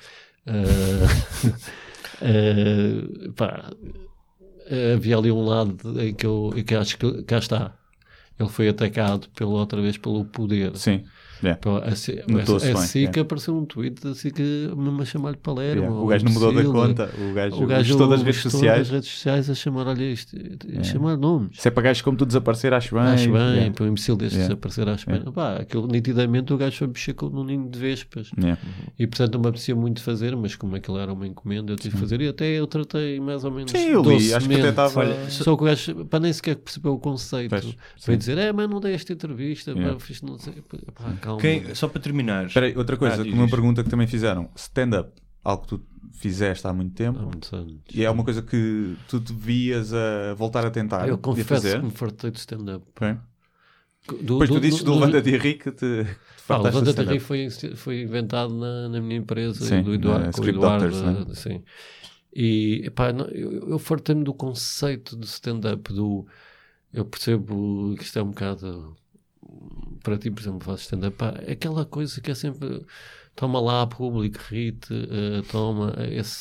Havia ali um lado em que eu acho que cá está. Ele foi atacado outra vez pelo poder. Sim. Yeah. A SICA apareceu um tweet da SICA mesmo a chamar-lhe Palermo. O gajo não mudou da conta. O gajo gostou das redes sociais. A chamar, olha isto, a chamar nomes. Se é para gajos como tu desaparecer, acho bem. Acho bem, para um imbecil destes desaparecer, acho bem. Pá, aquilo, nitidamente o gajo foi mexer num ninho de vespas. E portanto não me apetecia muito fazer, mas como aquilo era uma encomenda, eu tive que fazer. E até eu tratei mais ou menos. Sim, eu li, acho que até estava. Só que o gajo, para nem sequer perceber o conceito, vai dizer, mas não dei esta entrevista, fiz não sei. Pá, calma. Só para terminar. Espera aí, outra coisa, uma pergunta que também fizeram: stand-up, algo que tu fizeste há muito tempo, há muitos anos. E é uma coisa que tu devias voltar a tentar. Eu confesso que me fartei de stand-up. Depois tu dizes do Levanta de Rir que te fartaste de stand-up. O Levanta de Rir foi inventado na minha empresa, sim, do Eduardo. Script Doctors, né? Sim. E epá, eu fartei-me do conceito de stand-up, eu percebo que isto é um bocado... Para ti, por exemplo, fazes stand-up, aquela coisa que é sempre toma lá, público, ri-te, toma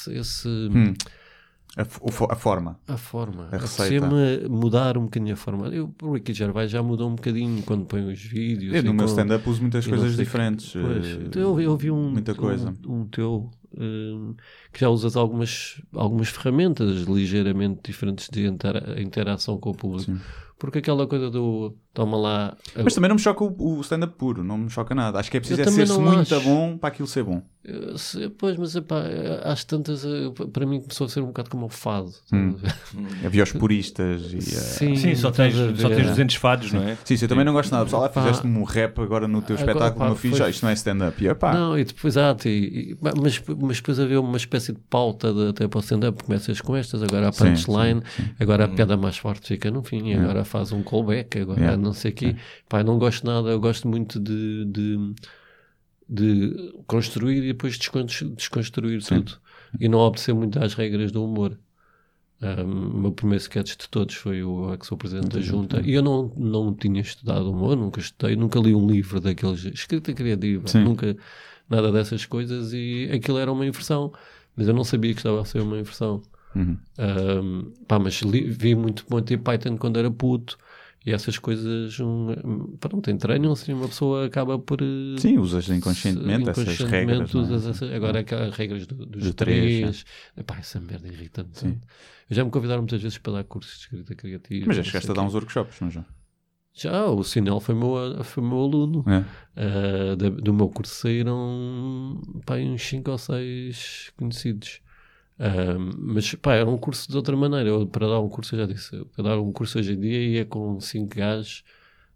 a forma. A receita. Mudar um bocadinho a forma. O Ricky Gervais já mudou um bocadinho quando põe os vídeos. Eu no meu stand-up uso muitas coisas diferentes. Eu vi muita coisa. Um teu que já usas algumas ferramentas ligeiramente diferentes de interação com o público. Sim. Porque aquela coisa do toma lá... Mas também não me choca o stand-up puro, não me choca nada. Acho que é preciso ser-se muito bom para aquilo ser bom. Pois, mas às tantas, para mim começou a ser um bocado como o fado. Havia os puristas e... Sim, só tens 200 fados, não é? Sim, eu também não gosto nada. Pessoal, fizeste-me um rap agora no teu espetáculo, como eu fiz, isto não é stand-up. Não, e depois mas depois havia uma espécie de pauta até para o stand-up. Começas com estas, agora a punchline, agora a piada mais forte fica no fim, agora faz um callback, agora não sei o quê. Pá, não gosto nada, eu gosto muito de construir e depois desconstruir tudo. E não obedecer muito às regras do humor. O meu primeiro sketch de todos foi o que sou presidente da junta. E eu não tinha estudado humor, nunca estudei, nunca li um livro daqueles, escrita criativa, nunca nada dessas coisas, e aquilo era uma inversão. Mas eu não sabia que estava a ser uma inversão. Mas vi muito Monty Python quando era puto. E essas coisas, pronto, entranham assim, uma pessoa acaba por... Sim, usas inconscientemente essas regras. Agora aquelas regras dos três. Epá, essa merda irrita-me. Eu já me convidaram muitas vezes para dar cursos de escrita criativa. Mas já chegaste a dar uns workshops, não já? Já, o Sinel foi meu aluno. Do meu curso saíram uns 5 ou 6 conhecidos. Mas era um curso de outra maneira. Para dar um curso, eu já disse, para dar um curso hoje em dia ia com 5 gajos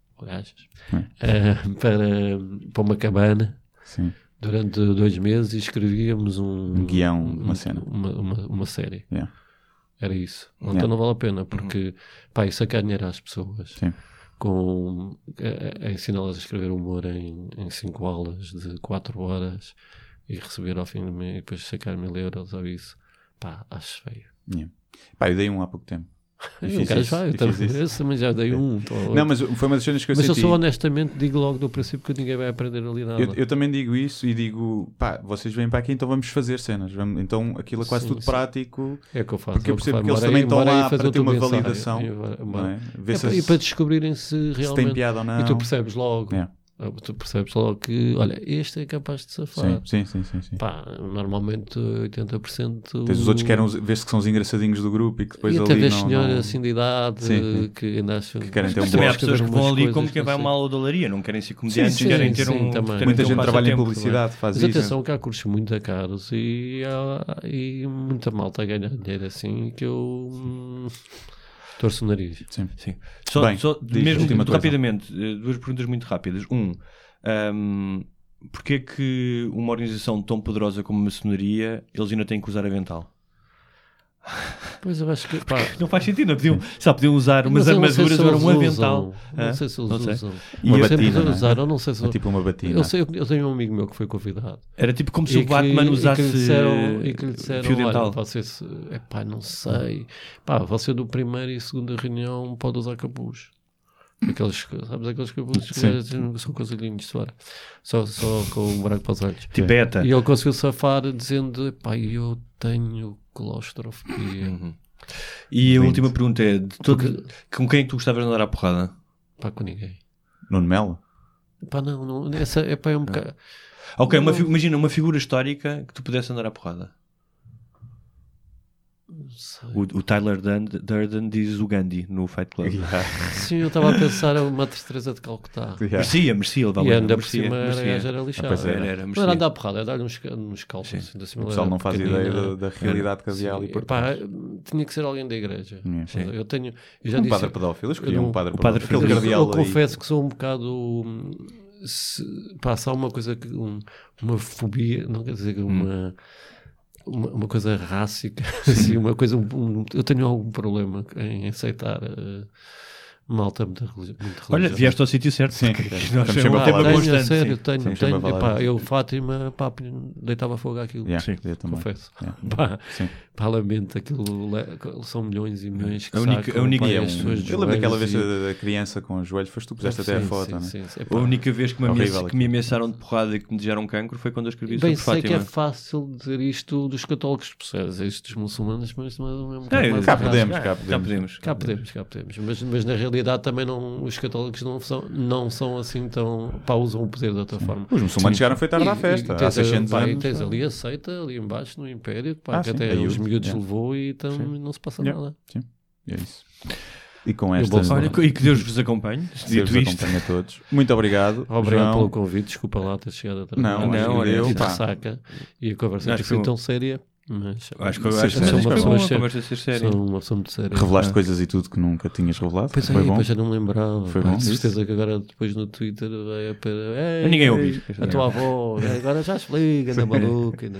para uma cabana durante 2 meses e escrevíamos um guião, uma cena, uma série. Era isso. Então não vale a pena, porque isso é dinheiro às pessoas. A ensiná-las a escrever humor em 5 aulas de 4 horas e receber ao fim de mês e depois sacar 1.000 euros ou isso. Acho feio. Eu dei um há pouco tempo. Eu também já dei um. Não, mas foi uma das cenas que eu senti. Mas eu só honestamente digo logo do princípio que ninguém vai aprender ali nada. Eu também digo isso e digo, vocês vêm para aqui, então vamos fazer cenas. Então aquilo é quase tudo prático. É o que eu faço. Porque eu percebo que eles também estão lá para ter uma validação. E para descobrirem se realmente... tem piada ou não. E tu percebes logo. Tu percebes logo que, olha, este é capaz de safar. Sim. Normalmente 80%... Tens os outros que vês que são os engraçadinhos do grupo e que depois e ali até vês senhoras assim de idade que ainda acham... Que querem ter mas também há pessoas que vão ali como quem vai a uma aula de olaria, não querem ser comediantes, querem ter um... Muita gente trabalha em publicidade, faz isso. Mas atenção que há cursos muito caros e muita malta ganha dinheiro assim que eu... torço o nariz. Sim. Mesmo rapidamente, 2 perguntas muito rápidas. Porquê é que uma organização tão poderosa como a maçonaria eles ainda têm que usar avental? Pois eu acho que... não faz sentido, podiam usar umas armaduras ou um avental. Não sei se eles usam. Uma batina, usaram, não sei se... É tipo uma batina. Eu tenho um amigo meu que foi convidado. Era tipo como se o Batman usasse e que lhe disseram, fio dental. Não sei. Você do primeiro e segunda reunião pode usar capuz. Aqueles capuzes que são coisinhas de fora. Só com um buraco para os olhos. Tibeta. E ele conseguiu safar dizendo, eu tenho claustrofobia. E a última pergunta é, com quem é que tu gostavas de andar à porrada? Com ninguém. Nuno Melo? Pá, não, essa é um bocado... Ok, imagina uma figura histórica que tu pudesse andar à porrada. O Tyler Durden diz o Gandhi no Fight Club. Sim, eu estava a pensar a uma Teresa de Calcutá. Merecia levar e ainda por cima era lixado. Não era andar a porrada, era dar-lhe uns calços. Assim, o pessoal não faz ideia da realidade que havia ali por trás. Tinha que ser alguém da igreja. Eu já um disse, padre pedófilo, escolhi um padre pedófilo. Eu confesso que sou um bocado... Se há uma coisa, uma fobia, não quer dizer que uma coisa rássica, assim, uma coisa, eu tenho algum problema em aceitar malta muito religiosa. Olha, vieste ao sítio certo. Sim, nós é um tema constante. Sério, tenho. Eu, Fátima, deitava fogo àquilo. Confesso. Lamento, aquilo são milhões e milhões que a única eu lembro daquela vez da criança com os joelhos, foste tu que puseste até a foto, não é? A única vez que me ameaçaram de porrada e que me deram cancro foi quando eu escrevi sobre Fátima. Bem, sei que é fácil dizer isto dos católicos portugueses, isto dos muçulmanos, mas não é um bocado mais... Cá podemos. Mas na realidade também os católicos não são assim tão... usam o poder de outra forma. Os muçulmanos chegaram a feitar à festa, há 600 anos. Tens ali a seita, ali embaixo no Império, que até os miúdos levou e não se passa nada. Sim, é isso. E com esta... E que Deus vos acompanhe. Deus vos acompanhe a todos. Muito obrigado. Obrigado pelo convite. Desculpa lá ter chegado atrás. Não, saca. E a conversa não foi tão séria. Mas acho que sou uma pessoa muito séria. Revelaste coisas e tudo que nunca tinhas revelado. Foi bom. Já não me lembrava. Foi bom. De certeza que agora depois no Twitter ninguém ouviu. A tua avó agora já explica, anda maluca.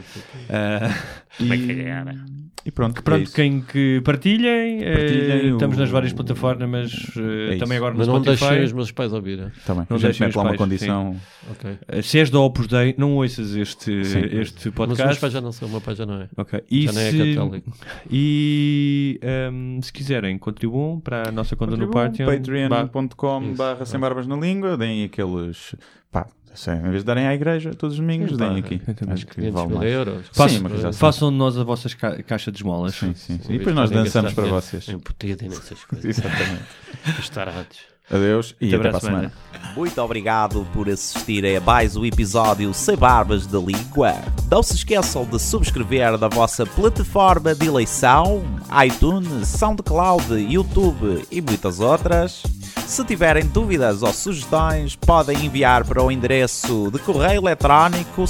E pronto, quem que partilhem estamos nas várias plataformas, também agora no Spotify. Mas não deixem os meus pais ouvirem. Também. Não deixem lá uma condição. Se és da Opus Dei, não ouças este podcast. Mas os meus pais já não são, o meu pai já não é. Já nem é católico. E se quiserem, contribuam para a nossa conta no Patreon. Patreon.com/sem barbas na língua. Deem aqueles... em vez de darem à igreja todos os domingos, deem aqui. Acho que vale mais. Euros. Façam de nós a vossa caixa de esmolas. Sim. E depois nós dançamos para vocês. Embutido e nessas coisas. Exatamente. Os tarados. Adeus e até para a semana. Muito obrigado por assistir a mais um episódio Sem Barbas da Língua. Não se esqueçam de subscrever na vossa plataforma de eleição, iTunes, SoundCloud, YouTube e muitas outras. Se tiverem dúvidas ou sugestões, podem enviar para o endereço de correio eletrónico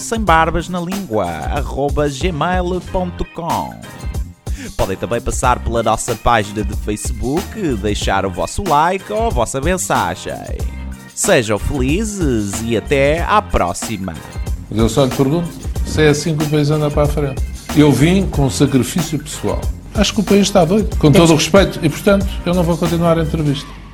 sembarbasnalingua@gmail.com. Podem também passar pela nossa página de Facebook, deixar o vosso like ou a vossa mensagem. Sejam felizes e até à próxima. Mas eu só lhe pergunto se é assim que o país anda para a frente. Eu vim com sacrifício pessoal. Acho que o país está doido, com todo o respeito, e portanto eu não vou continuar a entrevista.